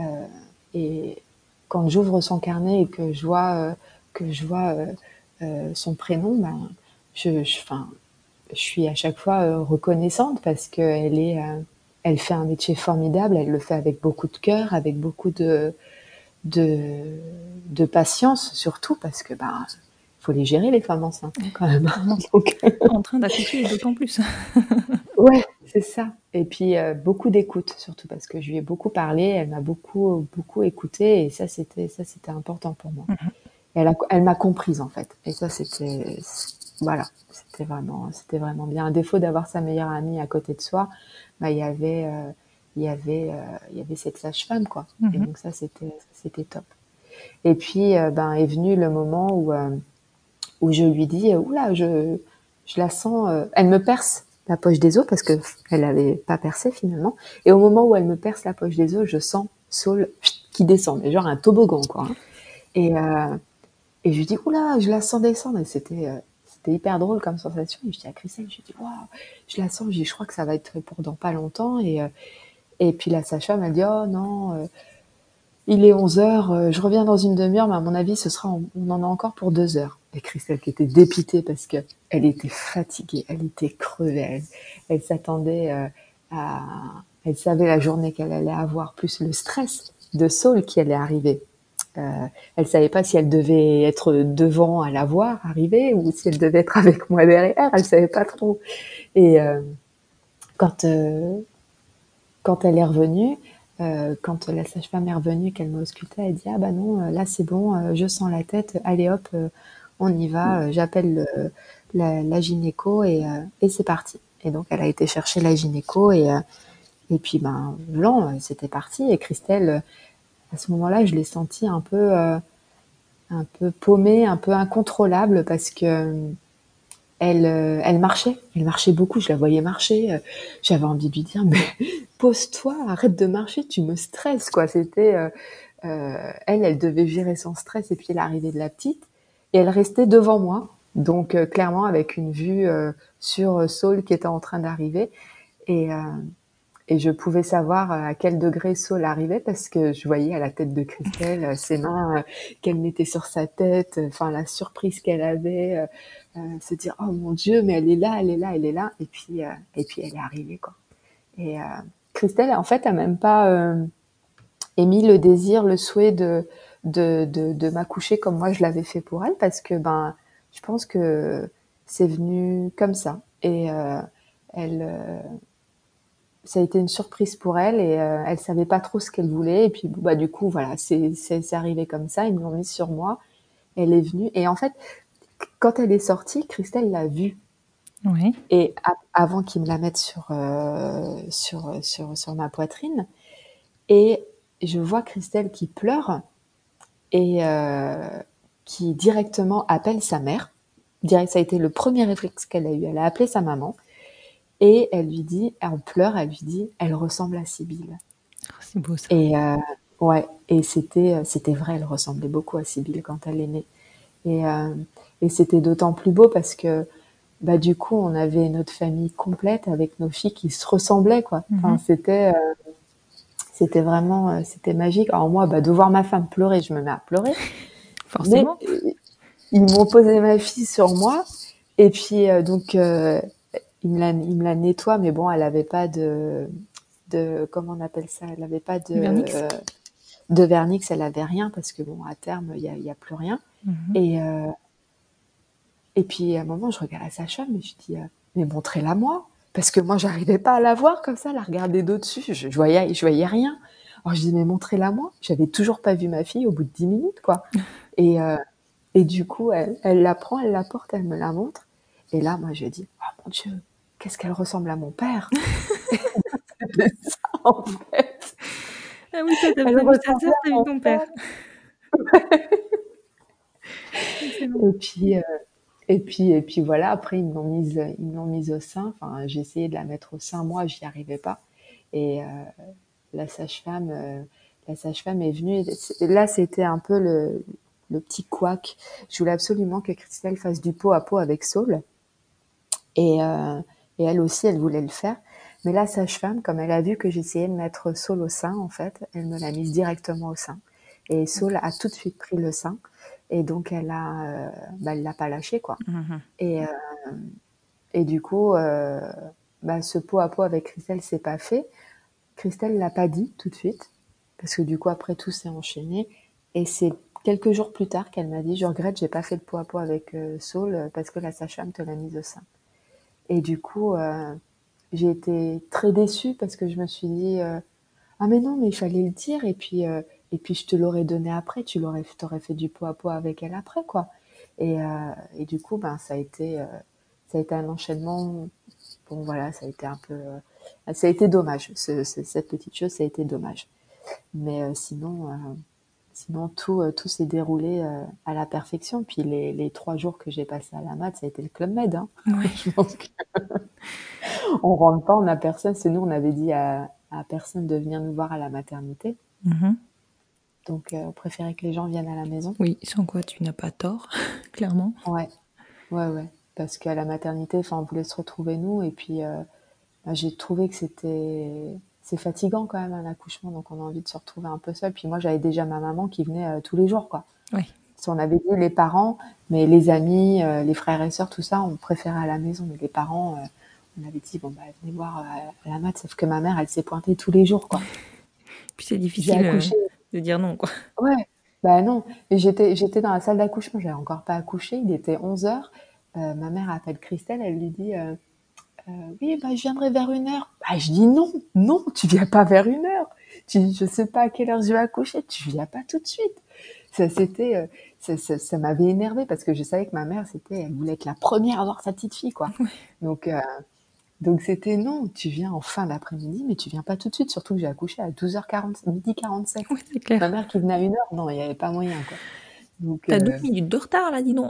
et quand j'ouvre son carnet et que je vois, heu, que je vois, heu heu, son prénom, ben, je je enfin, je suis à chaque fois, heu, reconnaissante parce qu'elle est, heu, elle fait un métier formidable, elle le fait avec beaucoup de cœur, avec beaucoup de de de patience surtout parce que, ben, faut les gérer les femmes enceintes, hein, quand même, Clairement. donc heu, En train d'accoucher d'autant plus. ouais, c'est ça et puis, heu, beaucoup d'écoute surtout parce que je lui ai beaucoup parlé, elle m'a beaucoup, beaucoup écoutée et ça c'était ça c'était important pour moi. Mmh mh. Elle a elle m'a comprise en fait et ça c'était voilà, c'était vraiment, c'était vraiment bien. À défaut d'avoir sa meilleure amie à côté de soi, bah il y avait, euh, il y avait, euh, il y avait cette sage-femme quoi. Mmh Et mh. donc ça c'était, c'était top. Et puis euh, ben est venu le moment où euh, où je lui dis, oula, je, je la sens, euh, elle me perce la poche des os parce que elle avait pas percé finalement. Et au moment où elle me perce la poche des os, je sens Saul qui descend, mais genre un toboggan quoi. Hein. Et euh, et je lui dis, oula, je la sens descendre. Et c'était, euh, c'était hyper drôle comme sensation. Et je dis à Christelle, je lui dis, waouh, je la sens. Je dis, je crois que ça va être pour dans pas longtemps. Et euh, et puis la sage-femme, elle dit, oh non. Euh, il est onze heures, euh, je reviens dans une demi-heure, mais à mon avis, ce sera, on, on en a encore pour deux heures. Et Christelle qui était dépitée parce que elle était fatiguée, elle était crevée, elle, elle s'attendait euh, à, elle savait la journée qu'elle allait avoir, plus le stress de Saul qui allait arriver. Euh, elle savait pas si elle devait être devant à la voir arriver ou si elle devait être avec moi derrière, elle savait pas trop. Et euh, quand euh, quand elle est revenue, euh, quand la sage-femme est revenue, qu'elle m'a auscultée, elle dit ah bah non, euh, là c'est bon, euh, je sens la tête, allez hop, euh, on y va, euh, j'appelle le- la, la gynéco et, euh, et c'est parti. Et donc elle a été chercher la gynéco et euh, et puis ben blanc, euh, c'était parti. Et Christelle, euh, à ce moment-là, je l'ai sentie un peu euh, un peu paumée, un peu incontrôlable parce que euh, elle, euh, elle marchait, elle marchait beaucoup, je la voyais marcher. euh, J'avais envie de lui dire, mais pose-toi, arrête de marcher, tu me stresses, quoi. C'était, euh, euh, elle, elle devait gérer son stress et puis l'arrivée de la petite, et elle restait devant moi, donc euh, clairement avec une vue euh, sur Saul qui était en train d'arriver, et euh, et je pouvais savoir à quel degré Saul arrivait parce que je voyais à la tête de Christelle euh, ses mains euh, qu'elle mettait sur sa tête, euh, enfin la surprise qu'elle avait, euh, euh, se dire oh mon Dieu mais elle est là, elle est là, elle est là et puis euh, et puis elle est arrivée quoi. Et euh, Christelle en fait a même pas euh, émis le désir, le souhait de de de, de m'accoucher comme moi je l'avais fait pour elle parce que ben je pense que c'est venu comme ça et euh, elle euh, ça a été une surprise pour elle et euh, elle savait pas trop ce qu'elle voulait et puis bah du coup voilà c'est c'est c'est arrivé comme ça, ils me l'ont mis sur moi, elle est venue et en fait quand elle est sortie Christelle l'a vue Oui. et a- avant qu'ils me la mettent sur euh, sur sur sur ma poitrine et je vois Christelle qui pleure et euh, qui directement appelle sa mère. Direct, ça a été le premier réflexe qu'elle a eu, elle a appelé sa maman et elle lui dit, en pleurs, elle lui dit elle ressemble à Sibylle. Oh, c'est beau ça. Et euh, ouais, et c'était euh, c'était vrai, elle ressemblait beaucoup à Sibylle quand elle est née. Et euh, et c'était d'autant plus beau parce que bah du coup on avait notre famille complète avec nos filles qui se ressemblaient quoi. Enfin Mmh. c'était euh, c'était vraiment euh, c'était magique. Alors moi bah de voir ma femme pleurer, je me mets à pleurer. Mais Forcément. euh, ils m'ont posé ma fille sur moi et puis euh, donc euh, il me la il me la nettoie mais bon elle avait pas de de comment on appelle ça, elle avait pas Vernix. de de vernix, elle avait rien parce que bon, à terme, il y a, y a plus rien. Mmh. Et, euh, et puis à un moment, je regarde à Sacha, mais je dis, euh, mais montrez-la moi, parce que moi, j'arrivais pas à la voir comme ça, la regarder d'au-dessus, je, je voyais, je voyais rien. Alors je dis, mais montrez-la moi. J'avais toujours pas vu ma fille au bout de dix minutes, quoi. Et, euh, et du coup, elle, elle la prend, elle la porte, elle me la montre. Et là, moi, je dis, oh mon Dieu, qu'est-ce qu'elle ressemble à mon père. C'est ça, en fait. Ah oui, toi, tu Elle as vu ta ressemblait sœur, tu à as vu mon ton père. père. Excellent. Et puis, euh, Et puis, et puis voilà, après, ils me l'ont mise, ils me l'ont mise au sein. Enfin, j'ai essayé de la mettre au sein, moi, j'y arrivais pas. Et euh, la sage-femme, euh, la sage-femme est venue. Et là, c'était un peu le, le petit couac. Je voulais absolument que Christelle fasse du pot à pot avec Saul. Et, euh, et elle aussi, elle voulait le faire. Mais la sage-femme, comme elle a vu que j'essayais de mettre Saul au sein, en fait, elle me l'a mise directement au sein. Et Saul a tout de suite pris le sein. Et donc, elle a, euh, bah, elle l'a pas lâché, quoi. Mmh. Et, euh, et du coup, euh, bah, ce pot à pot avec Christelle s'est pas fait. Christelle l'a pas dit tout de suite, parce que du coup, après tout s'est enchaîné. Et c'est quelques jours plus tard qu'elle m'a dit, je regrette, j'ai pas fait le pot à pot avec euh, Saul, euh, parce que la sage-femme te l'a mise au sein. Et du coup, euh, j'ai été très déçue parce que je me suis dit, euh, ah mais non, mais il fallait le dire, et puis, euh, et puis je te l'aurais donné après, tu l'aurais, t'aurais fait du pot à pot avec elle après, quoi. Et, euh, et du coup, ben, ça a été, euh, ça a été un enchaînement. Bon, voilà, ça a été un peu, euh, ça a été dommage. Ce, ce, cette petite chose, ça a été dommage. Mais euh, sinon, euh, sinon tout, euh, tout s'est déroulé euh, à la perfection. Puis les, les trois jours que j'ai passés à la mat, ça a été le Club Med. Hein. Oui. Je pense que on rentre pas, on a personne. C'est nous, on avait dit à, à personne de venir nous voir à la maternité. Mm-hmm. Donc, euh, on préférait que les gens viennent à la maison. Oui, sans quoi tu n'as pas tort, clairement. Ouais, ouais, ouais. Parce qu'à la maternité, enfin, on voulait se retrouver nous. Et puis, euh, bah, j'ai trouvé que c'était, c'est fatigant quand même un accouchement. Donc, on a envie de se retrouver un peu seul. Puis moi, j'avais déjà ma maman qui venait euh, tous les jours, quoi. Oui. Si on avait dit les parents, mais les amis, euh, les frères et sœurs, tout ça, on préférait à la maison. Mais les parents, euh, on avait dit, bon, bah, venez voir euh, à la mat. Sauf que ma mère, elle s'est pointée tous les jours, quoi. Puis c'est J'ai difficile euh, accouché. de dire non, quoi. Ouais, bah non. Et j'étais, j'étais dans la salle d'accouchement, j'avais encore pas accouché, il était onze heures. Euh, ma mère appelle Christelle, elle lui dit euh, euh, oui, bah je viendrai vers une heure. Bah je dis non, non, tu viens pas vers une heure. Tu, je sais pas à quelle heure je vais accoucher, tu viens pas tout de suite. Ça c'était, euh, ça, ça, ça m'avait énervée parce que je savais que ma mère c'était, elle voulait être la première à voir sa petite fille, quoi. Ouais. Donc euh, donc c'était non, tu viens en fin d'après-midi, mais tu viens pas tout de suite, surtout que j'ai accouché à douze heures quarante, midi quarante-sept. Oui, c'est clair. Ma mère qui venait à une heure, non, il y avait pas moyen, quoi. Donc, T'as euh... douze minutes de retard, là, dis donc.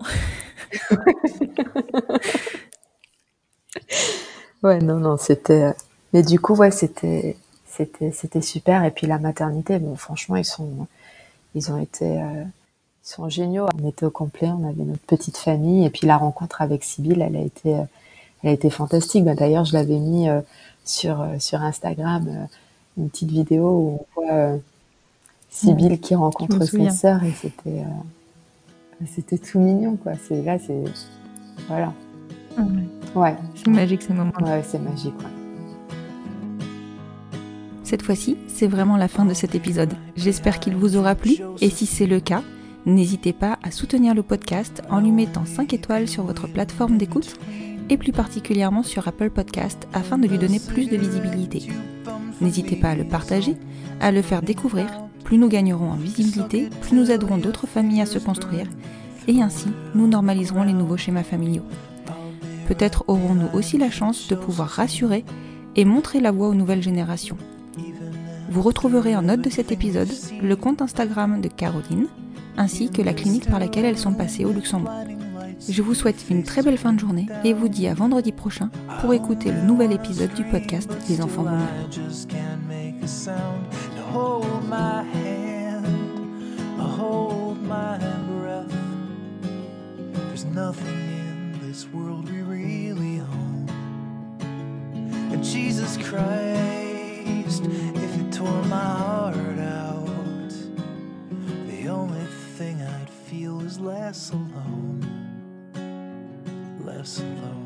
ouais, non, non, c'était. Mais du coup, ouais, c'était, c'était, c'était super. Et puis la maternité, bon, franchement, ils sont, ils ont été, euh... ils sont géniaux. On était au complet, on avait notre petite famille. Et puis la rencontre avec Sybille, elle a été, elle a été fantastique. Bah, d'ailleurs, je l'avais mis euh, sur, euh, sur Instagram, euh, une petite vidéo où on voit euh, Sybille Ouais, qui rencontre sa sœur, et c'était, euh... c'était tout mignon, quoi. C'est là, c'est, voilà. Ouais. Ouais. C'est magique ces moments. Ouais, c'est magique, ouais. Cette fois-ci, c'est vraiment la fin de cet épisode. J'espère qu'il vous aura plu, et si c'est le cas, n'hésitez pas à soutenir le podcast en lui mettant cinq étoiles sur votre plateforme d'écoute, et plus particulièrement sur Apple Podcast, afin de lui donner plus de visibilité. N'hésitez pas à le partager, à le faire découvrir. Plus nous gagnerons en visibilité, plus nous aiderons d'autres familles à se construire, et ainsi, nous normaliserons les nouveaux schémas familiaux. Peut-être aurons-nous aussi la chance de pouvoir rassurer et montrer la voie aux nouvelles générations. Vous retrouverez en note de cet épisode le compte Instagram de Caroline, ainsi que la clinique par laquelle elles sont passées au Luxembourg. Je vous souhaite une très belle fin de journée et vous dis à vendredi prochain pour écouter le nouvel épisode du podcast Les Enfants Vont Christ, if it tore my heart out, the only thing I'd feel is less alone, less alone.